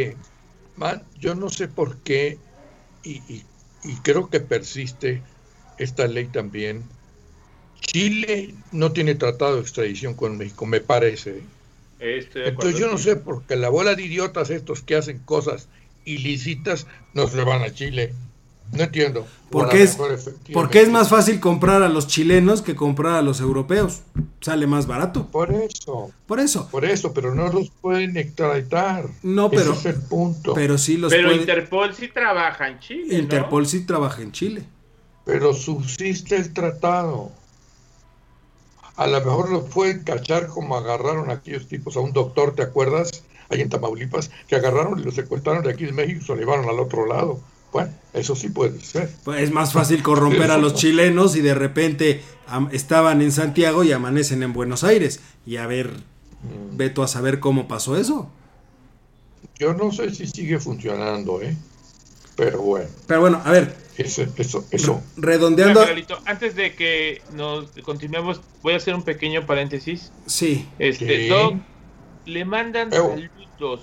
por qué, y creo que persiste esta ley también. Chile no tiene tratado de extradición con México, me parece. Entonces yo no sé por qué la bola de idiotas estos que hacen cosas ilícitas no se van a Chile. No entiendo. Porque es más fácil comprar a los chilenos que comprar a los europeos. Sale más barato. Por eso, pero no los pueden extraditar. No, pero ese es el punto. Pero sí los Pero puede... Interpol sí trabaja en Chile, Interpol ¿no? sí trabaja en Chile. Pero subsiste el tratado. A lo mejor los pueden cachar como agarraron a aquellos tipos a un doctor, ¿te acuerdas? Ahí en Tamaulipas, que agarraron y lo secuestraron de aquí de México y se lo llevaron al otro lado. Bueno, eso sí puede ser. Pues es más fácil corromper a los chilenos y de repente estaban en Santiago y amanecen en Buenos Aires. Y a ver, veto a saber cómo pasó eso. Yo no sé si sigue funcionando, pero bueno. Pero bueno, a ver. Eso. Redondeando. Mira, antes de que nos continuemos, voy a hacer un pequeño paréntesis. Sí. Doc, le mandan saludos.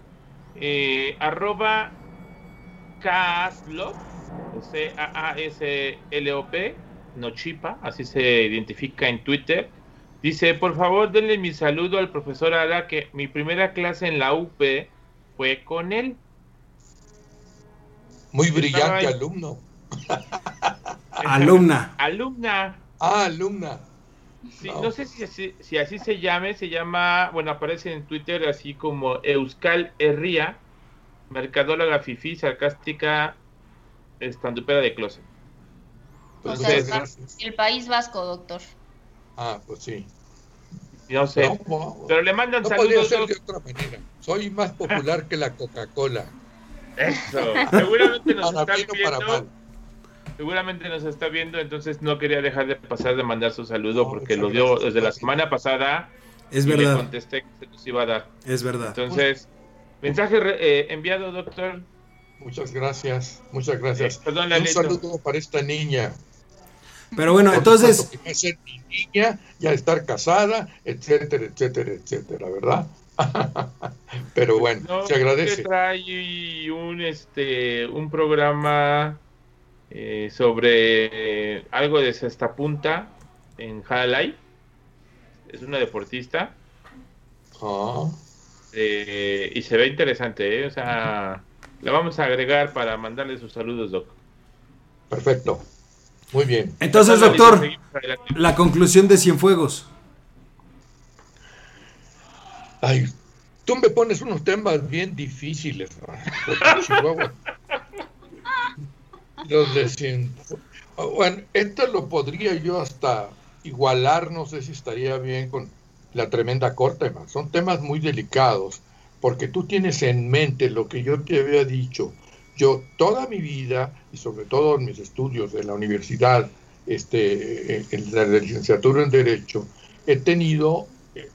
@ Kaaslop, Kaaslop, Nochipa, así se identifica en Twitter. Dice, por favor denle mi saludo al profesor Ara, que mi primera clase en la UP fue con él. Muy brillante alumno. Alumna. Alumna. Sí, no sé si así se llama, bueno, aparece en Twitter así como Euskal Herria, mercadóloga fifí, sarcástica, estandupera de closet. Entonces, el País Vasco, doctor. Pues sí. No sé, pero le mandan saludos. No podría ser de otra manera. Soy más popular que la Coca-Cola. Eso, seguramente nos está viendo. Seguramente nos está viendo, entonces no quería dejar de pasar de mandar su saludo porque lo dio desde la semana pasada. Es verdad. Le contesté que se nos iba a dar. Es verdad. Entonces, mensaje enviado, doctor. Muchas gracias. Perdón, un saludo para esta niña. Pero bueno, Por entonces... supuesto que ya ser mi niña, ya estar casada, etcétera, etcétera, etcétera, ¿verdad? Pero bueno, No, se agradece. trae un programa sobre algo de Sextapunta en Jalai. Es una deportista. Ah, Y se ve interesante, ¿eh? O sea, la vamos a agregar para mandarle sus saludos, Doc. perfecto. Muy bien. Entonces, Perdón, Lalito, doctor, seguimos adelante. la conclusión de Cienfuegos. Ay, tú me pones unos temas bien difíciles, ¿no? Porque Chihuahua. Los de Bueno, esto lo podría yo hasta igualar, no sé si estaría bien con la tremenda corte, son temas muy delicados, porque tú tienes en mente lo que yo te había dicho. Yo toda mi vida, y sobre todo en mis estudios de la universidad, en la licenciatura en Derecho, he tenido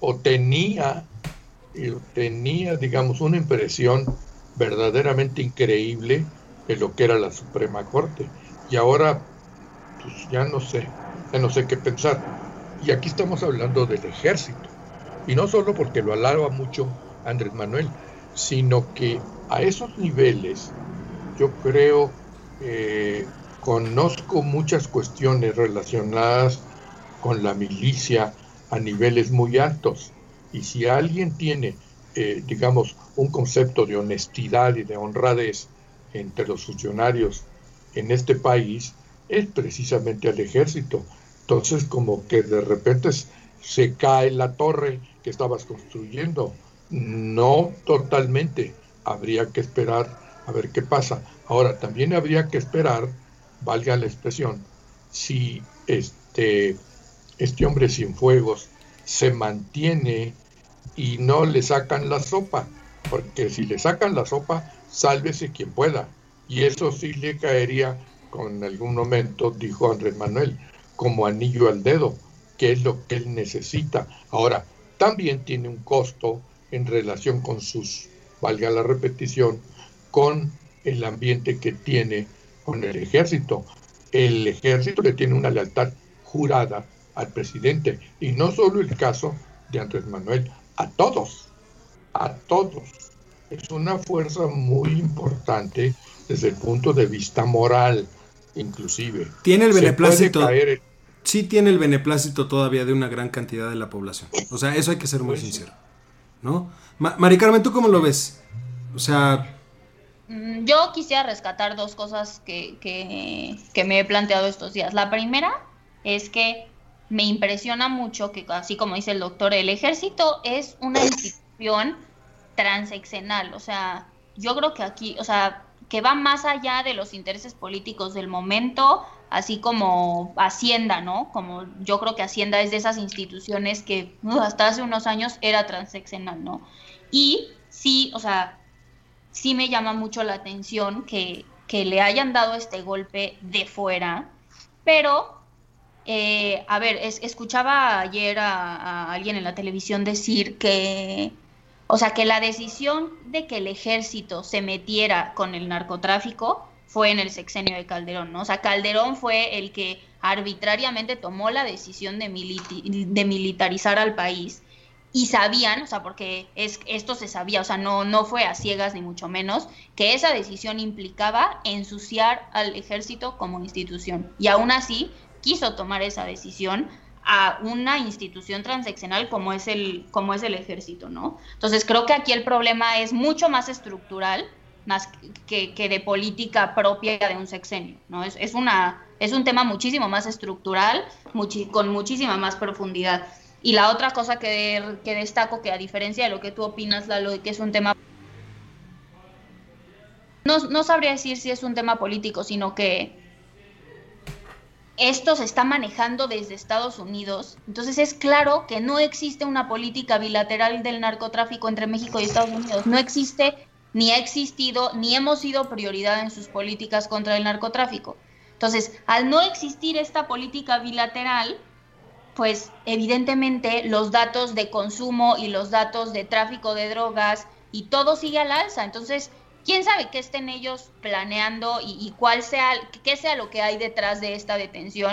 tenía, digamos, una impresión verdaderamente increíble de lo que era la Suprema Corte. Y ahora, pues ya no sé qué pensar. Y aquí estamos hablando del ejército. Y no solo porque lo alaba mucho Andrés Manuel, sino que a esos niveles yo creo, conozco muchas cuestiones relacionadas con la milicia a niveles muy altos. Y si alguien tiene, digamos, un concepto de honestidad y de honradez entre los funcionarios en este país, es precisamente el ejército. Entonces, como que de repente se cae la torre que estabas construyendo. No totalmente. Habría que esperar a ver qué pasa. Ahora, también habría que esperar, valga la expresión, si este hombre Cienfuegos se mantiene y no le sacan la sopa, porque si le sacan la sopa, sálvese quien pueda. Y eso sí le caería, con algún momento, dijo Andrés Manuel, como anillo al dedo, que es lo que él necesita. Ahora, también tiene un costo en relación con sus, valga la repetición, con el ambiente que tiene con el ejército. El ejército le tiene una lealtad jurada al presidente, y no solo el caso de Andrés Manuel, a todos. Es una fuerza muy importante desde el punto de vista moral, inclusive. Tiene el Se beneplácito. puede caer Sí tiene el beneplácito todavía de una gran cantidad de la población. O sea, eso hay que ser muy sincero, ¿no? Mari Carmen, ¿tú cómo lo ves? O sea... Yo quisiera rescatar dos cosas que me he planteado estos días. La primera es que me impresiona mucho que, así como dice el doctor, el ejército es una institución transeccional. O sea, yo creo que aquí, o sea, que va más allá de los intereses políticos del momento, así como Hacienda, ¿no? Como yo creo que Hacienda es de esas instituciones que hasta hace unos años era transeccional, ¿no? Y sí, o sea, sí me llama mucho la atención que le hayan dado este golpe de fuera, pero, a ver, escuchaba ayer a alguien en la televisión decir que, o sea, que la decisión de que el ejército se metiera con el narcotráfico fue en el sexenio de Calderón, ¿no? O sea, Calderón fue el que arbitrariamente tomó la decisión de militarizar al país. Y sabían, o sea, porque esto se sabía, o sea, no fue a ciegas ni mucho menos, que esa decisión implicaba ensuciar al ejército como institución. Y aún así quiso tomar esa decisión a una institución transeccional como es el ejército, ¿no? Entonces creo que aquí el problema es mucho más estructural, más que de política propia de un sexenio, ¿no? Es un tema muchísimo más estructural, con muchísima más profundidad. Y la otra cosa que destaco, que a diferencia de lo que tú opinas, Lalo, de que es un tema... No sabría decir si es un tema político, sino que esto se está manejando desde Estados Unidos. Entonces es claro que no existe una política bilateral del narcotráfico entre México y Estados Unidos. No existe, ni ha existido, ni hemos sido prioridad en sus políticas contra el narcotráfico. Entonces, al no existir esta política bilateral, pues evidentemente los datos de consumo y los datos de tráfico de drogas y todo sigue al alza. Entonces, ¿quién sabe qué estén ellos planeando y qué sea lo que hay detrás de esta detención?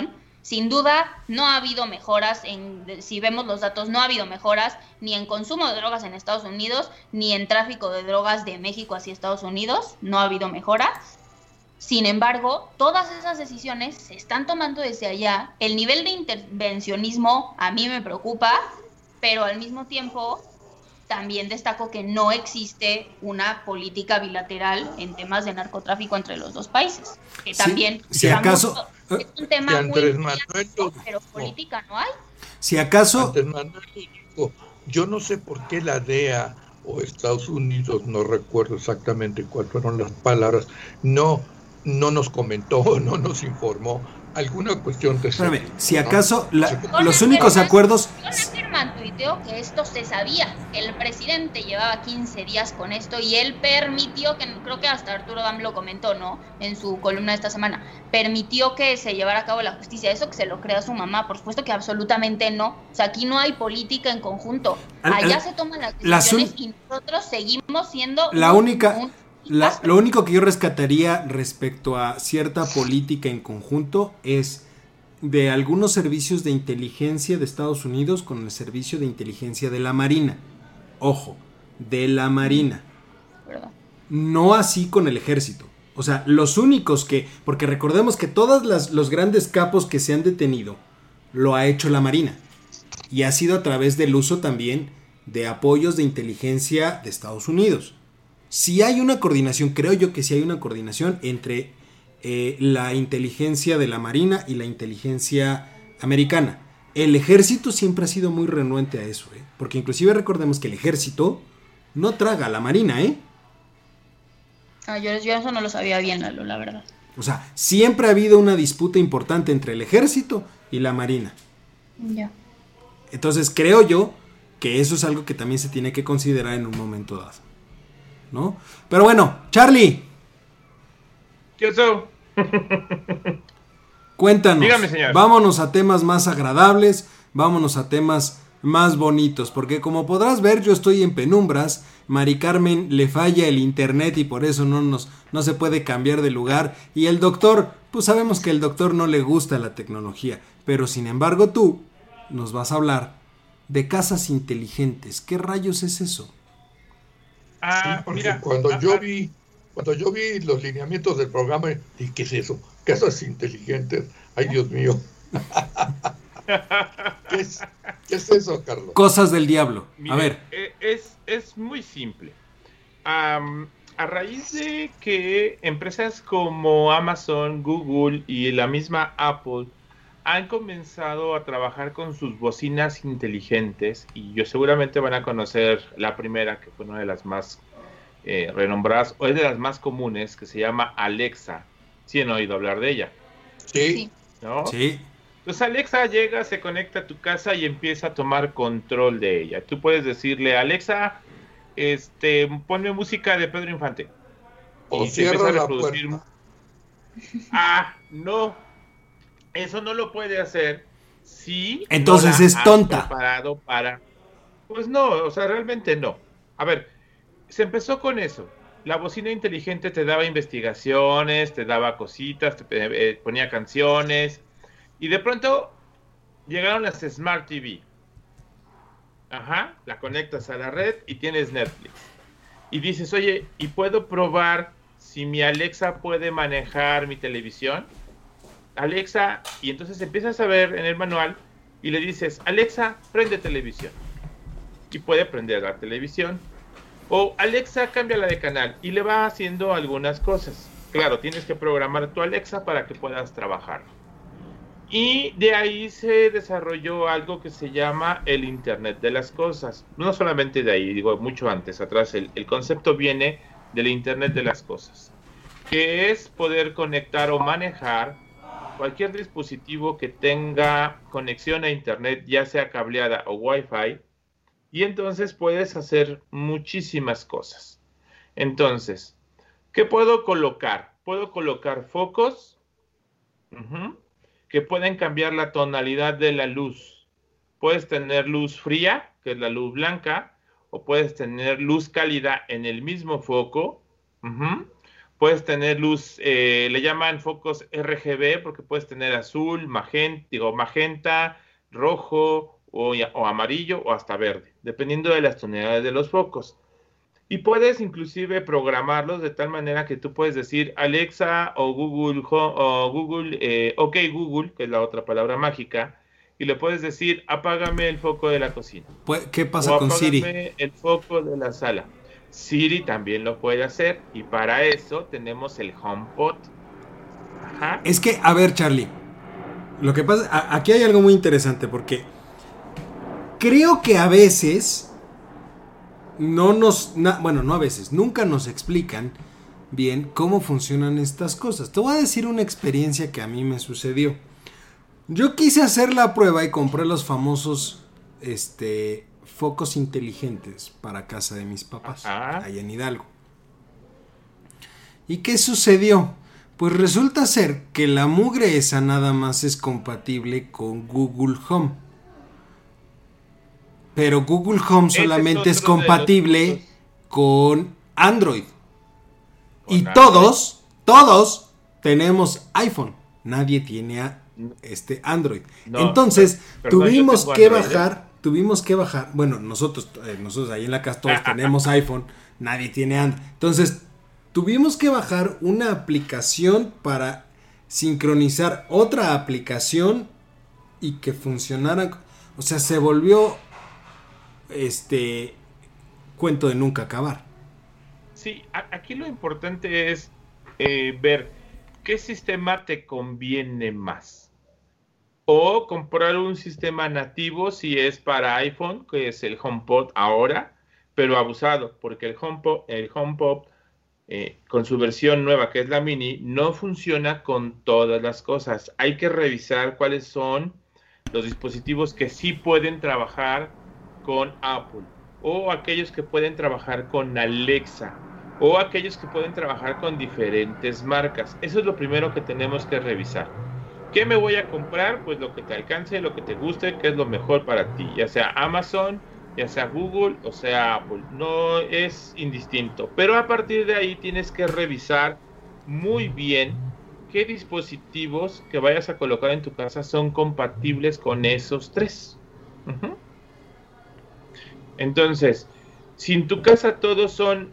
Sin duda, no ha habido mejoras, si vemos los datos, no ha habido mejoras ni en consumo de drogas en Estados Unidos, ni en tráfico de drogas de México hacia Estados Unidos, no ha habido mejora. Sin embargo, todas esas decisiones se están tomando desde allá. El nivel de intervencionismo a mí me preocupa, pero al mismo tiempo también destaco que no existe una política bilateral en temas de narcotráfico entre los dos países. Que también, si acaso, es un tema muy amplio, pero política no hay. Si acaso, Andrés Manuel dijo, yo no sé por qué la DEA o Estados Unidos, no recuerdo exactamente cuáles fueron las palabras, no nos comentó, no nos informó alguna cuestión de espérame, si acaso los únicos acuerdos. Ackerman tuiteó que esto se sabía, que el presidente llevaba 15 días con esto y él permitió, que creo que hasta Arturo Dam lo comentó, ¿no? En su columna de esta semana, permitió que se llevara a cabo la justicia. Eso que se lo crea su mamá, por supuesto que absolutamente no. O sea, aquí no hay política en conjunto. Allá se toman las decisiones y nosotros seguimos siendo lo único que yo rescataría respecto a cierta política en conjunto es de algunos servicios de inteligencia de Estados Unidos con el servicio de inteligencia de la Marina. Ojo, de la Marina. ¿Verdad? No así con el ejército. O sea, los únicos que... Porque recordemos que todos los grandes capos que se han detenido lo ha hecho la Marina. Y ha sido a través del uso también de apoyos de inteligencia de Estados Unidos. Si hay una coordinación, creo yo que sí hay una coordinación entre la inteligencia de la Marina y la inteligencia americana. El ejército siempre ha sido muy renuente a eso, porque inclusive recordemos que el ejército no traga a la Marina, yo eso no lo sabía bien, Lalo, la verdad. O sea, siempre ha habido una disputa importante entre el ejército y la Marina. Ya. Entonces creo yo que eso es algo que también se tiene que considerar en un momento dado, ¿no? Pero bueno, Charlie. ¿Qué eso? Cuéntanos. Dígame, señor. Vámonos a temas más agradables, vámonos a temas más bonitos, porque como podrás ver, yo estoy en penumbras. Mari Carmen le falla el internet y por eso no se puede cambiar de lugar. Y el doctor, pues sabemos que al doctor no le gusta la tecnología, pero sin embargo tú nos vas a hablar de casas inteligentes. ¿Qué rayos es eso? Sí, porque cuando yo vi los lineamientos del programa, dije, ¿qué es eso? Casas inteligentes. Ay, Dios mío. ¿Qué es eso, Carlos? Cosas del diablo. Mire, a ver. Es muy simple. A raíz de que empresas como Amazon, Google y la misma Apple han comenzado a trabajar con sus bocinas inteligentes, y yo seguramente van a conocer la primera, que fue una de las más renombradas, o es de las más comunes, que se llama Alexa. ¿Sí han oído hablar de ella? Sí. ¿No? Sí. Entonces Alexa llega, se conecta a tu casa y empieza a tomar control de ella. Tú puedes decirle, Alexa, ponme música de Pedro Infante. O cierra la puerta. No. Eso no lo puede hacer si entonces no es tonta. Preparado para... Pues no, o sea, realmente no. A ver, se empezó con eso. La bocina inteligente te daba investigaciones, te daba cositas, te ponía canciones, y de pronto llegaron las Smart TV. La conectas a la red y tienes Netflix. Y dices, oye, ¿y puedo probar si mi Alexa puede manejar mi televisión? Alexa, y entonces empiezas a ver en el manual y le dices, Alexa, prende televisión. Y puede prender la televisión. O Alexa, cámbiala de canal, y le va haciendo algunas cosas. Claro, tienes que programar tu Alexa para que puedas trabajar. Y de ahí se desarrolló algo que se llama el Internet de las Cosas. No solamente de ahí, digo, mucho antes, atrás, el concepto viene del Internet de las Cosas, que es poder conectar o manejar cualquier dispositivo que tenga conexión a Internet, ya sea cableada o Wi-Fi, y entonces puedes hacer muchísimas cosas. Entonces, ¿qué puedo colocar? Puedo colocar focos que pueden cambiar la tonalidad de la luz. Puedes tener luz fría, que es la luz blanca, o puedes tener luz cálida en el mismo foco. puedes tener luz, le llaman focos RGB porque puedes tener azul, magenta, rojo o amarillo o hasta verde, dependiendo de las tonalidades de los focos. Y puedes inclusive programarlos de tal manera que tú puedes decir Alexa o Google, OK Google, que es la otra palabra mágica, y le puedes decir apágame el foco de la cocina. ¿Qué pasa con Siri? Apágame el foco de la sala. Siri también lo puede hacer y para eso tenemos el HomePod. Ajá. Es que, a ver, Charlie, lo que pasa, aquí hay algo muy interesante porque creo que a veces no a veces, nunca nos explican bien cómo funcionan estas cosas. Te voy a decir una experiencia que a mí me sucedió. Yo quise hacer la prueba y compré los famosos focos inteligentes para casa de mis papás, allá en Hidalgo. ¿Y qué sucedió? Pues resulta ser que la mugre esa nada más es compatible con Google Home. Pero Google Home solamente es compatible con Android. Y todos tenemos iPhone. Nadie tiene Android. No, entonces, tuvimos que bajar. Bueno, nosotros ahí en la casa todos tenemos iPhone. Nadie tiene Android. Entonces, tuvimos que bajar una aplicación para sincronizar otra aplicación y que funcionara. O sea, se volvió cuento de nunca acabar. Sí, aquí lo importante es ver qué sistema te conviene más. O comprar un sistema nativo si es para iPhone, que es el HomePod ahora, pero abusado, porque el HomePod con su versión nueva, que es la mini, no funciona con todas las cosas. Hay que revisar cuáles son los dispositivos que sí pueden trabajar con Apple, o aquellos que pueden trabajar con Alexa, o aquellos que pueden trabajar con diferentes marcas. Eso es lo primero que tenemos que revisar. ¿Qué me voy a comprar? Pues lo que te alcance, lo que te guste, que es lo mejor para ti, ya sea Amazon, ya sea Google o sea Apple, no es indistinto, pero a partir de ahí tienes que revisar muy bien qué dispositivos que vayas a colocar en tu casa son compatibles con esos tres. Entonces, si en tu casa todos son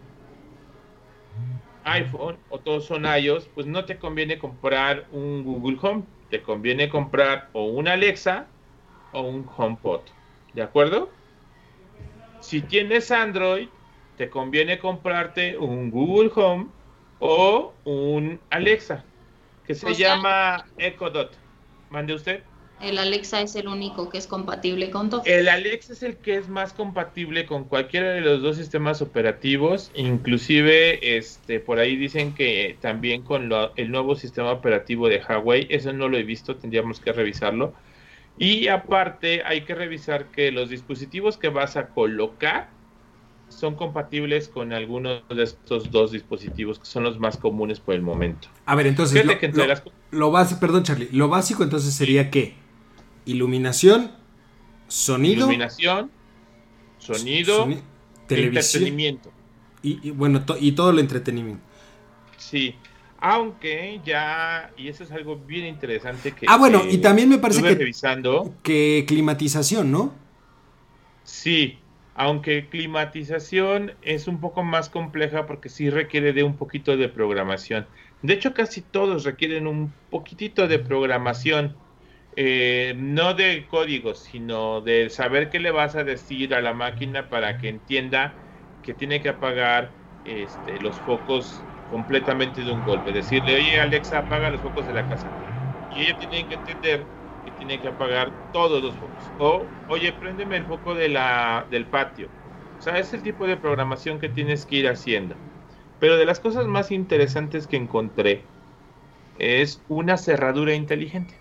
iPhone o todos son iOS, pues no te conviene comprar un Google Home, te conviene comprar o un Alexa o un HomePod, ¿de acuerdo? Si tienes Android, te conviene comprarte un Google Home o un Alexa, que se llama Echo Dot. ¿Mande usted? El Alexa es el único que es compatible con todo. El Alexa es el que es más compatible con cualquiera de los dos sistemas operativos, inclusive por ahí dicen que también con el nuevo sistema operativo de Huawei. Eso no lo he visto, tendríamos que revisarlo. Y aparte hay que revisar que los dispositivos que vas a colocar son compatibles con algunos de estos dos dispositivos que son los más comunes por el momento. A ver, entonces lo básico, perdón Charlie, lo básico entonces sería ¿qué? Iluminación, sonido, televisión, entretenimiento. Y bueno, y todo el entretenimiento. Sí, aunque ya, y eso es algo bien interesante que... bueno, y también me parece que climatización, ¿no? Sí, aunque climatización es un poco más compleja porque sí requiere de un poquito de programación. De hecho, casi todos requieren un poquitito de programación. No de códigos, sino de saber qué le vas a decir a la máquina para que entienda que tiene que apagar los focos completamente de un golpe. Decirle, oye Alexa, apaga los focos de la casa. Y ella tiene que entender que tiene que apagar todos los focos. O, oye, préndeme el foco del patio. O sea, es el tipo de programación que tienes que ir haciendo. Pero de las cosas más interesantes que encontré es una cerradura inteligente.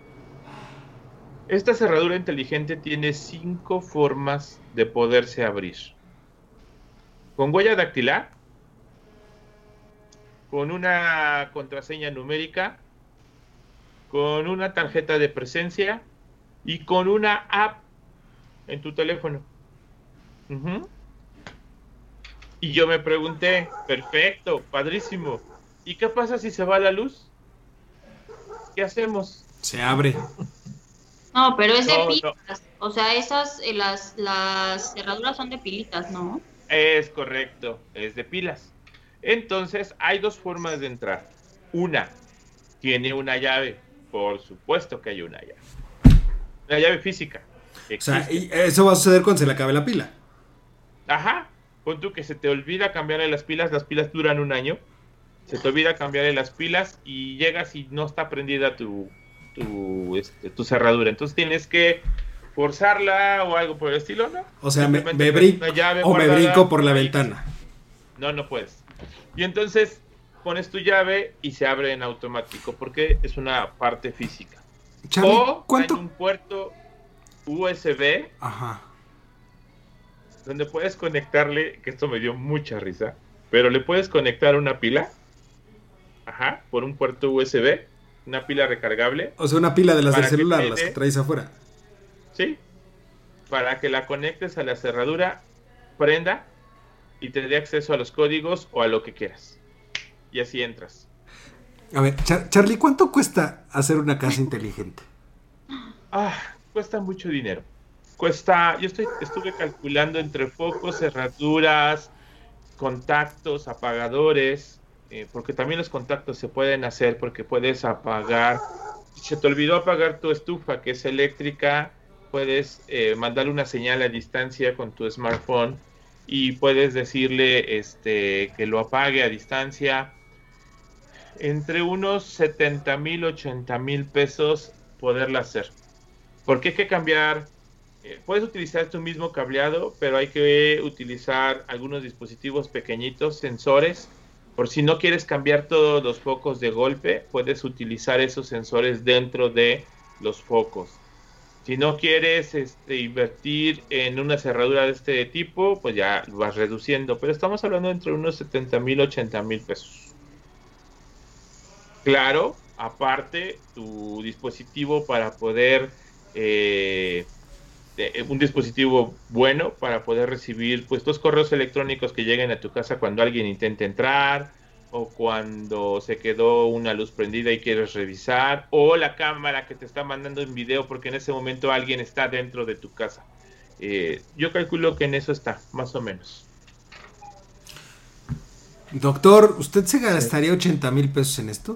Esta cerradura inteligente tiene 5 formas de poderse abrir. Con huella dactilar, con una contraseña numérica, con una tarjeta de presencia y con una app en tu teléfono. Y yo me pregunté, perfecto, padrísimo, ¿Y qué pasa si se va la luz? ¿Qué hacemos? Se abre. No, pero es de No, pilas. O sea, esas, las cerraduras son de pilitas, ¿no? Es correcto, es de pilas. Entonces, hay dos formas de entrar. Una, tiene una llave. Por supuesto que hay una llave. Una llave física. O sea, Existe. y eso va a suceder cuando se le acabe la pila. Ajá. Pon tú que se te olvida cambiarle las pilas duran un año. Se te olvida cambiarle las pilas y llegas y no está prendida tu cerradura. Entonces tienes que forzarla o algo por el estilo, ¿no? O sea, me Simplemente brinco una llave o me guardada brinco por la ahí. ventana. No puedes. Y entonces pones tu llave y se abre en automático porque es una parte física. Charlie, O ¿cuánto? hay un puerto USB Ajá. donde puedes conectarle, que esto me dio mucha risa, pero le puedes conectar una pila, por un puerto USB, una pila recargable, O sea, una pila de las del Para que celular, te las dé- que traes afuera. ¿sí? Para que la conectes a la cerradura, prenda y te dé acceso a los códigos o a lo que quieras. Y así entras. A ver, Charlie, ¿cuánto cuesta hacer una casa inteligente? Cuesta mucho dinero. Estuve calculando entre focos, cerraduras, contactos, apagadores, porque también los contactos se pueden hacer porque puedes apagar. Si se te olvidó apagar tu estufa, que es eléctrica, puedes mandarle una señal a distancia con tu smartphone y puedes decirle que lo apague a distancia. Entre unos 70,000, 80,000 pesos poderla hacer. Porque hay que cambiar. Puedes utilizar tu mismo cableado, pero hay que utilizar algunos dispositivos pequeñitos, sensores. Por si no quieres cambiar todos los focos de golpe, puedes utilizar esos sensores dentro de los focos. Si no quieres invertir en una cerradura de este tipo, pues ya lo vas reduciendo. Pero estamos hablando entre unos 70,000, 80,000 pesos. Claro, aparte, tu dispositivo para poder... un dispositivo bueno para poder recibir pues los correos electrónicos que lleguen a tu casa cuando alguien intente entrar o cuando se quedó una luz prendida y quieres revisar, o la cámara que te está mandando un video porque en ese momento alguien está dentro de tu casa. Yo calculo que en eso está, más o menos. Doctor, ¿usted se gastaría 80,000 pesos en esto?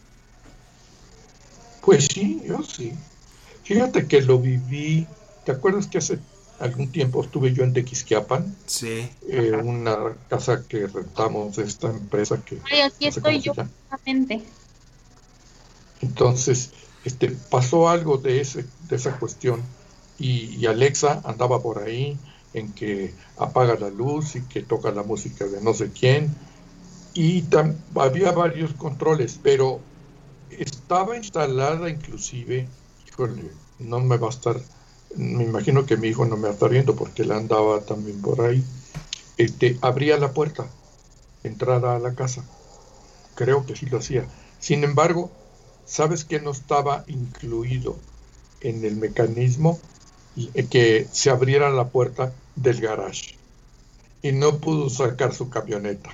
Pues sí, yo sí. Fíjate que lo viví. ¿Te acuerdas que hace algún tiempo estuve yo en Tequisquiapan? Sí. Una casa que rentamos de esta empresa que Ay, aquí no sé estoy cómo se yo, llama. justamente. Entonces, pasó algo de esa cuestión y Alexa andaba por ahí en que apaga la luz y que toca la música de no sé quién y había varios controles, pero estaba instalada inclusive, híjole, no me va a estar, me imagino que mi hijo no me va a estar viendo porque él andaba también por ahí, abría la puerta, entrada a la casa, creo que sí lo hacía. Sin embargo, ¿sabes qué no estaba incluido en el mecanismo? Que se abriera la puerta del garage y no pudo sacar su camioneta.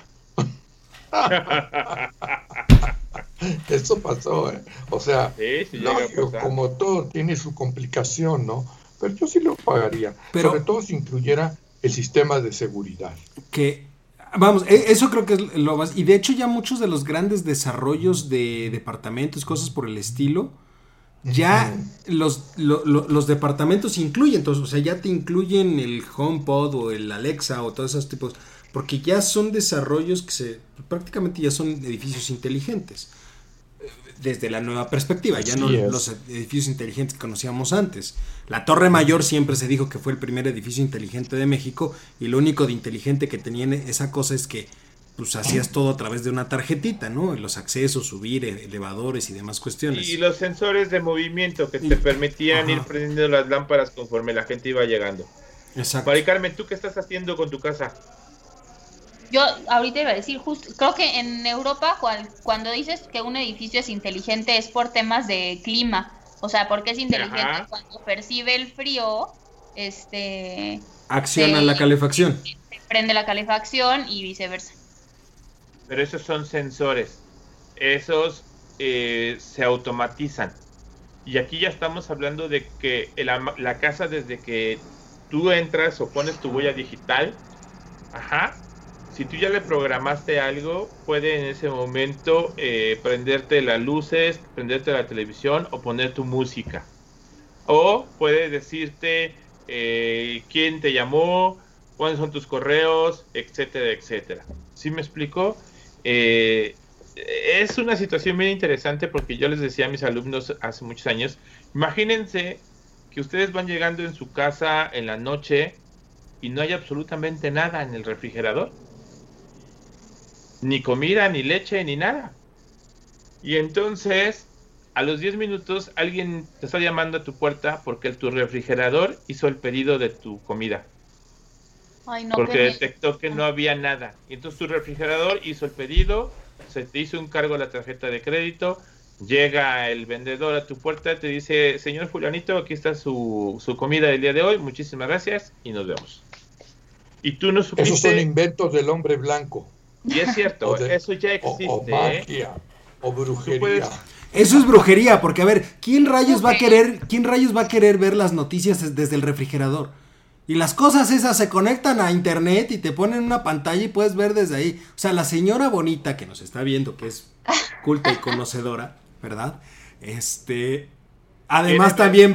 Eso pasó, ¿eh? O sea, Sí lógico, como todo tiene su complicación, ¿no? Pero yo sí lo pagaría, sobre todo si incluyera el sistema de seguridad. Que, vamos, eso creo que es lo más... Y de hecho ya muchos de los grandes desarrollos de departamentos, cosas por el estilo, ya los departamentos incluyen, entonces, o sea, ya te incluyen el HomePod o el Alexa o todos esos tipos, porque ya son desarrollos que prácticamente ya son edificios inteligentes, desde la nueva perspectiva, ya no los edificios inteligentes que conocíamos antes. La Torre Mayor siempre se dijo que fue el primer edificio inteligente de México y lo único de inteligente que tenía esa cosa es que pues hacías todo a través de una tarjetita, ¿no? Los accesos, subir, elevadores y demás cuestiones. Y los sensores de movimiento que te permitían ir prendiendo las lámparas conforme la gente iba llegando. Exacto. Mari Carmen, ¿tú qué estás haciendo con tu casa? Yo ahorita iba a decir, justo, creo que en Europa cuando dices que un edificio es inteligente es por temas de clima, o sea, porque es inteligente cuando percibe el frío, acciona la calefacción. Se prende la calefacción y viceversa. Pero esos son sensores. esos se automatizan. Y aquí ya estamos hablando de que la casa, desde que tú entras o pones tu huella digital, si tú ya le programaste algo, puede en ese momento prenderte las luces, prenderte la televisión o poner tu música. O puede decirte quién te llamó, cuáles son tus correos, etcétera, etcétera. ¿Sí me explico? Es una situación bien interesante porque yo les decía a mis alumnos hace muchos años, imagínense que ustedes van llegando en su casa en la noche y no hay absolutamente nada en el refrigerador. Ni comida, ni leche, ni nada. Y entonces, a los 10 minutos, alguien te está llamando a tu puerta porque tu refrigerador hizo el pedido de tu comida. Ay, no, porque detectó que no había nada. Y entonces tu refrigerador hizo el pedido, se te hizo un cargo a la tarjeta de crédito, llega el vendedor a tu puerta, te dice, señor fulanito, aquí está su comida del día de hoy, muchísimas gracias y nos vemos. Y tú no supiste... Esos son inventos del hombre blanco. Y es cierto, eso ya existe. O magia, o brujería. Eso es brujería, porque a ver, ¿quién rayos va a querer ver las noticias desde el refrigerador? Y las cosas esas se conectan a internet y te ponen una pantalla y puedes ver desde ahí. O sea, la señora bonita que nos está viendo, que es culta y conocedora, ¿verdad? Además también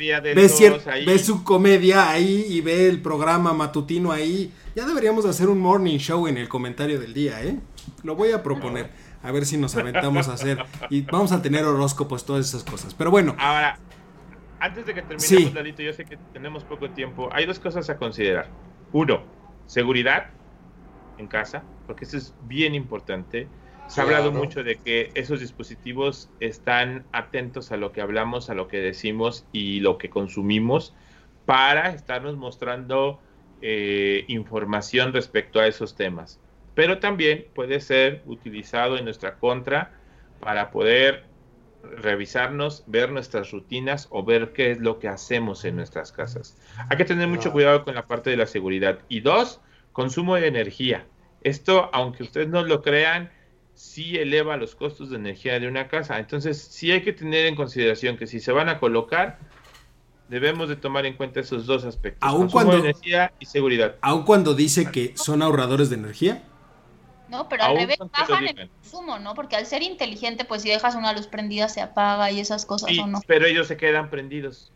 ve su comedia ahí y ve el programa matutino ahí. Ya deberíamos hacer un morning show en el comentario del día, ¿eh? Lo voy a proponer. A ver si nos aventamos a hacer. Y vamos a tener horóscopos, todas esas cosas. Pero bueno. Ahora, antes de que terminemos, Lalito, yo sé que tenemos poco tiempo. Hay dos cosas a considerar. Uno, seguridad en casa, porque eso es bien importante. Se ha hablado mucho de que esos dispositivos están atentos a lo que hablamos, a lo que decimos y lo que consumimos para estarnos mostrando información respecto a esos temas. Pero también puede ser utilizado en nuestra contra para poder revisarnos, ver nuestras rutinas o ver qué es lo que hacemos en nuestras casas. Hay que tener mucho cuidado con la parte de la seguridad. Y dos, consumo de energía. Esto, aunque ustedes no lo crean, sí eleva los costos de energía de una casa. Entonces, sí hay que tener en consideración que si se van a colocar, debemos de tomar en cuenta esos dos aspectos. Consumo de energía y seguridad. Aun cuando dice que son ahorradores de energía. No, pero al revés, bajan el consumo, ¿no? Porque al ser inteligente, pues si dejas una luz prendida se apaga y esas cosas, sí, ¿o no? Pero ellos se quedan prendidos.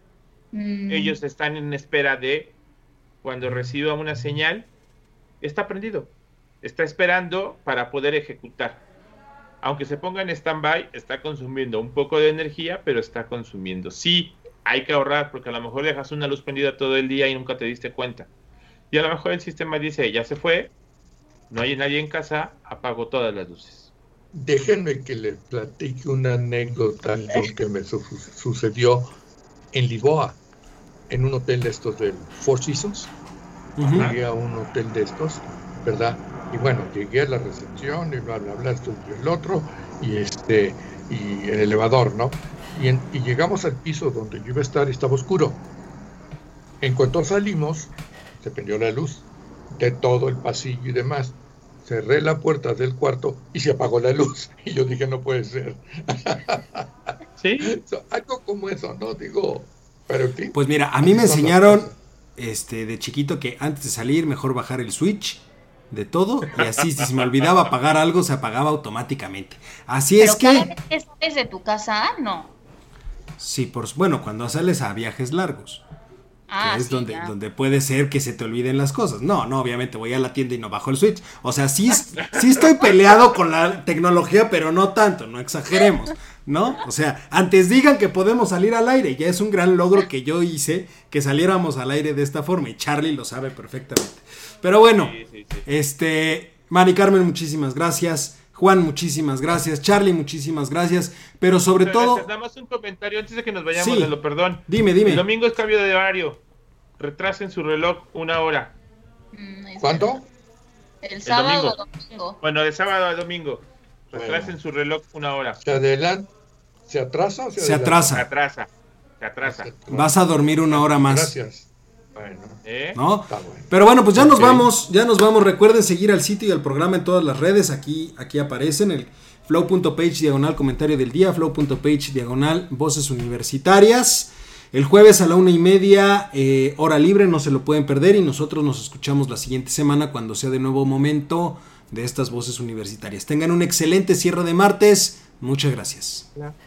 Ellos están en espera de cuando reciba una señal, está prendido. Está esperando para poder ejecutar. Aunque se ponga en stand-by, está consumiendo un poco de energía, pero está consumiendo. Sí, hay que ahorrar, porque a lo mejor dejas una luz prendida todo el día y nunca te diste cuenta. Y a lo mejor el sistema dice, ya se fue, no hay nadie en casa, apago todas las luces. Déjenme que les platique una anécdota que me sucedió en Lisboa, en un hotel de estos del Four Seasons. Llegué a un hotel de estos, ¿verdad? Y bueno, llegué a la recepción y bla, bla, bla, esto y el otro, y el elevador, ¿no? Y llegamos al piso donde yo iba a estar y estaba oscuro. En cuanto salimos, se prendió la luz de todo el pasillo y demás. Cerré la puerta del cuarto y se apagó la luz. Y yo dije, no puede ser. ¿Sí? Algo como eso, ¿no? Digo, pero sí. Pues mira, a mí me enseñaron de chiquito que antes de salir mejor bajar el switch de todo y así si se me olvidaba apagar algo se apagaba automáticamente. Así es que... ¿Pero cada vez que sales de tu casa? No. Sí, bueno, cuando sales a viajes largos. Que es sí, donde puede ser que se te olviden las cosas. No, obviamente voy a la tienda y no bajo el switch. O sea, sí estoy peleado con la tecnología, pero no tanto, no exageremos, ¿no? O sea, antes digan que podemos salir al aire. Ya es un gran logro que yo hice, que saliéramos al aire de esta forma. Y Charlie lo sabe perfectamente. Pero bueno, sí. Mari Carmen, muchísimas gracias. Juan, muchísimas gracias. Charlie, muchísimas gracias. Pero sobre todo... Nada más un comentario antes de que nos vayamos, sí. Perdón. Dime. El domingo es cambio de horario. Retrasen su reloj 1 hora. ¿Cuánto? El sábado o domingo. Bueno, de sábado a domingo. Retrasen su reloj 1 hora. ¿Se adelanta? ¿Se atrasa o se atrasa? Se atrasa. Vas a dormir 1 hora más. Gracias. Bueno, ¿no? Bueno. Pero bueno, pues ya nos vamos. Recuerden seguir al sitio y al programa en todas las redes. Aquí aparecen el flow.page /comentario del día, flow.page /voces universitarias. El jueves a la 1:30, hora libre, no se lo pueden perder, y nosotros nos escuchamos la siguiente semana cuando sea de nuevo momento de estas voces universitarias. Tengan un excelente cierre de martes. Muchas gracias.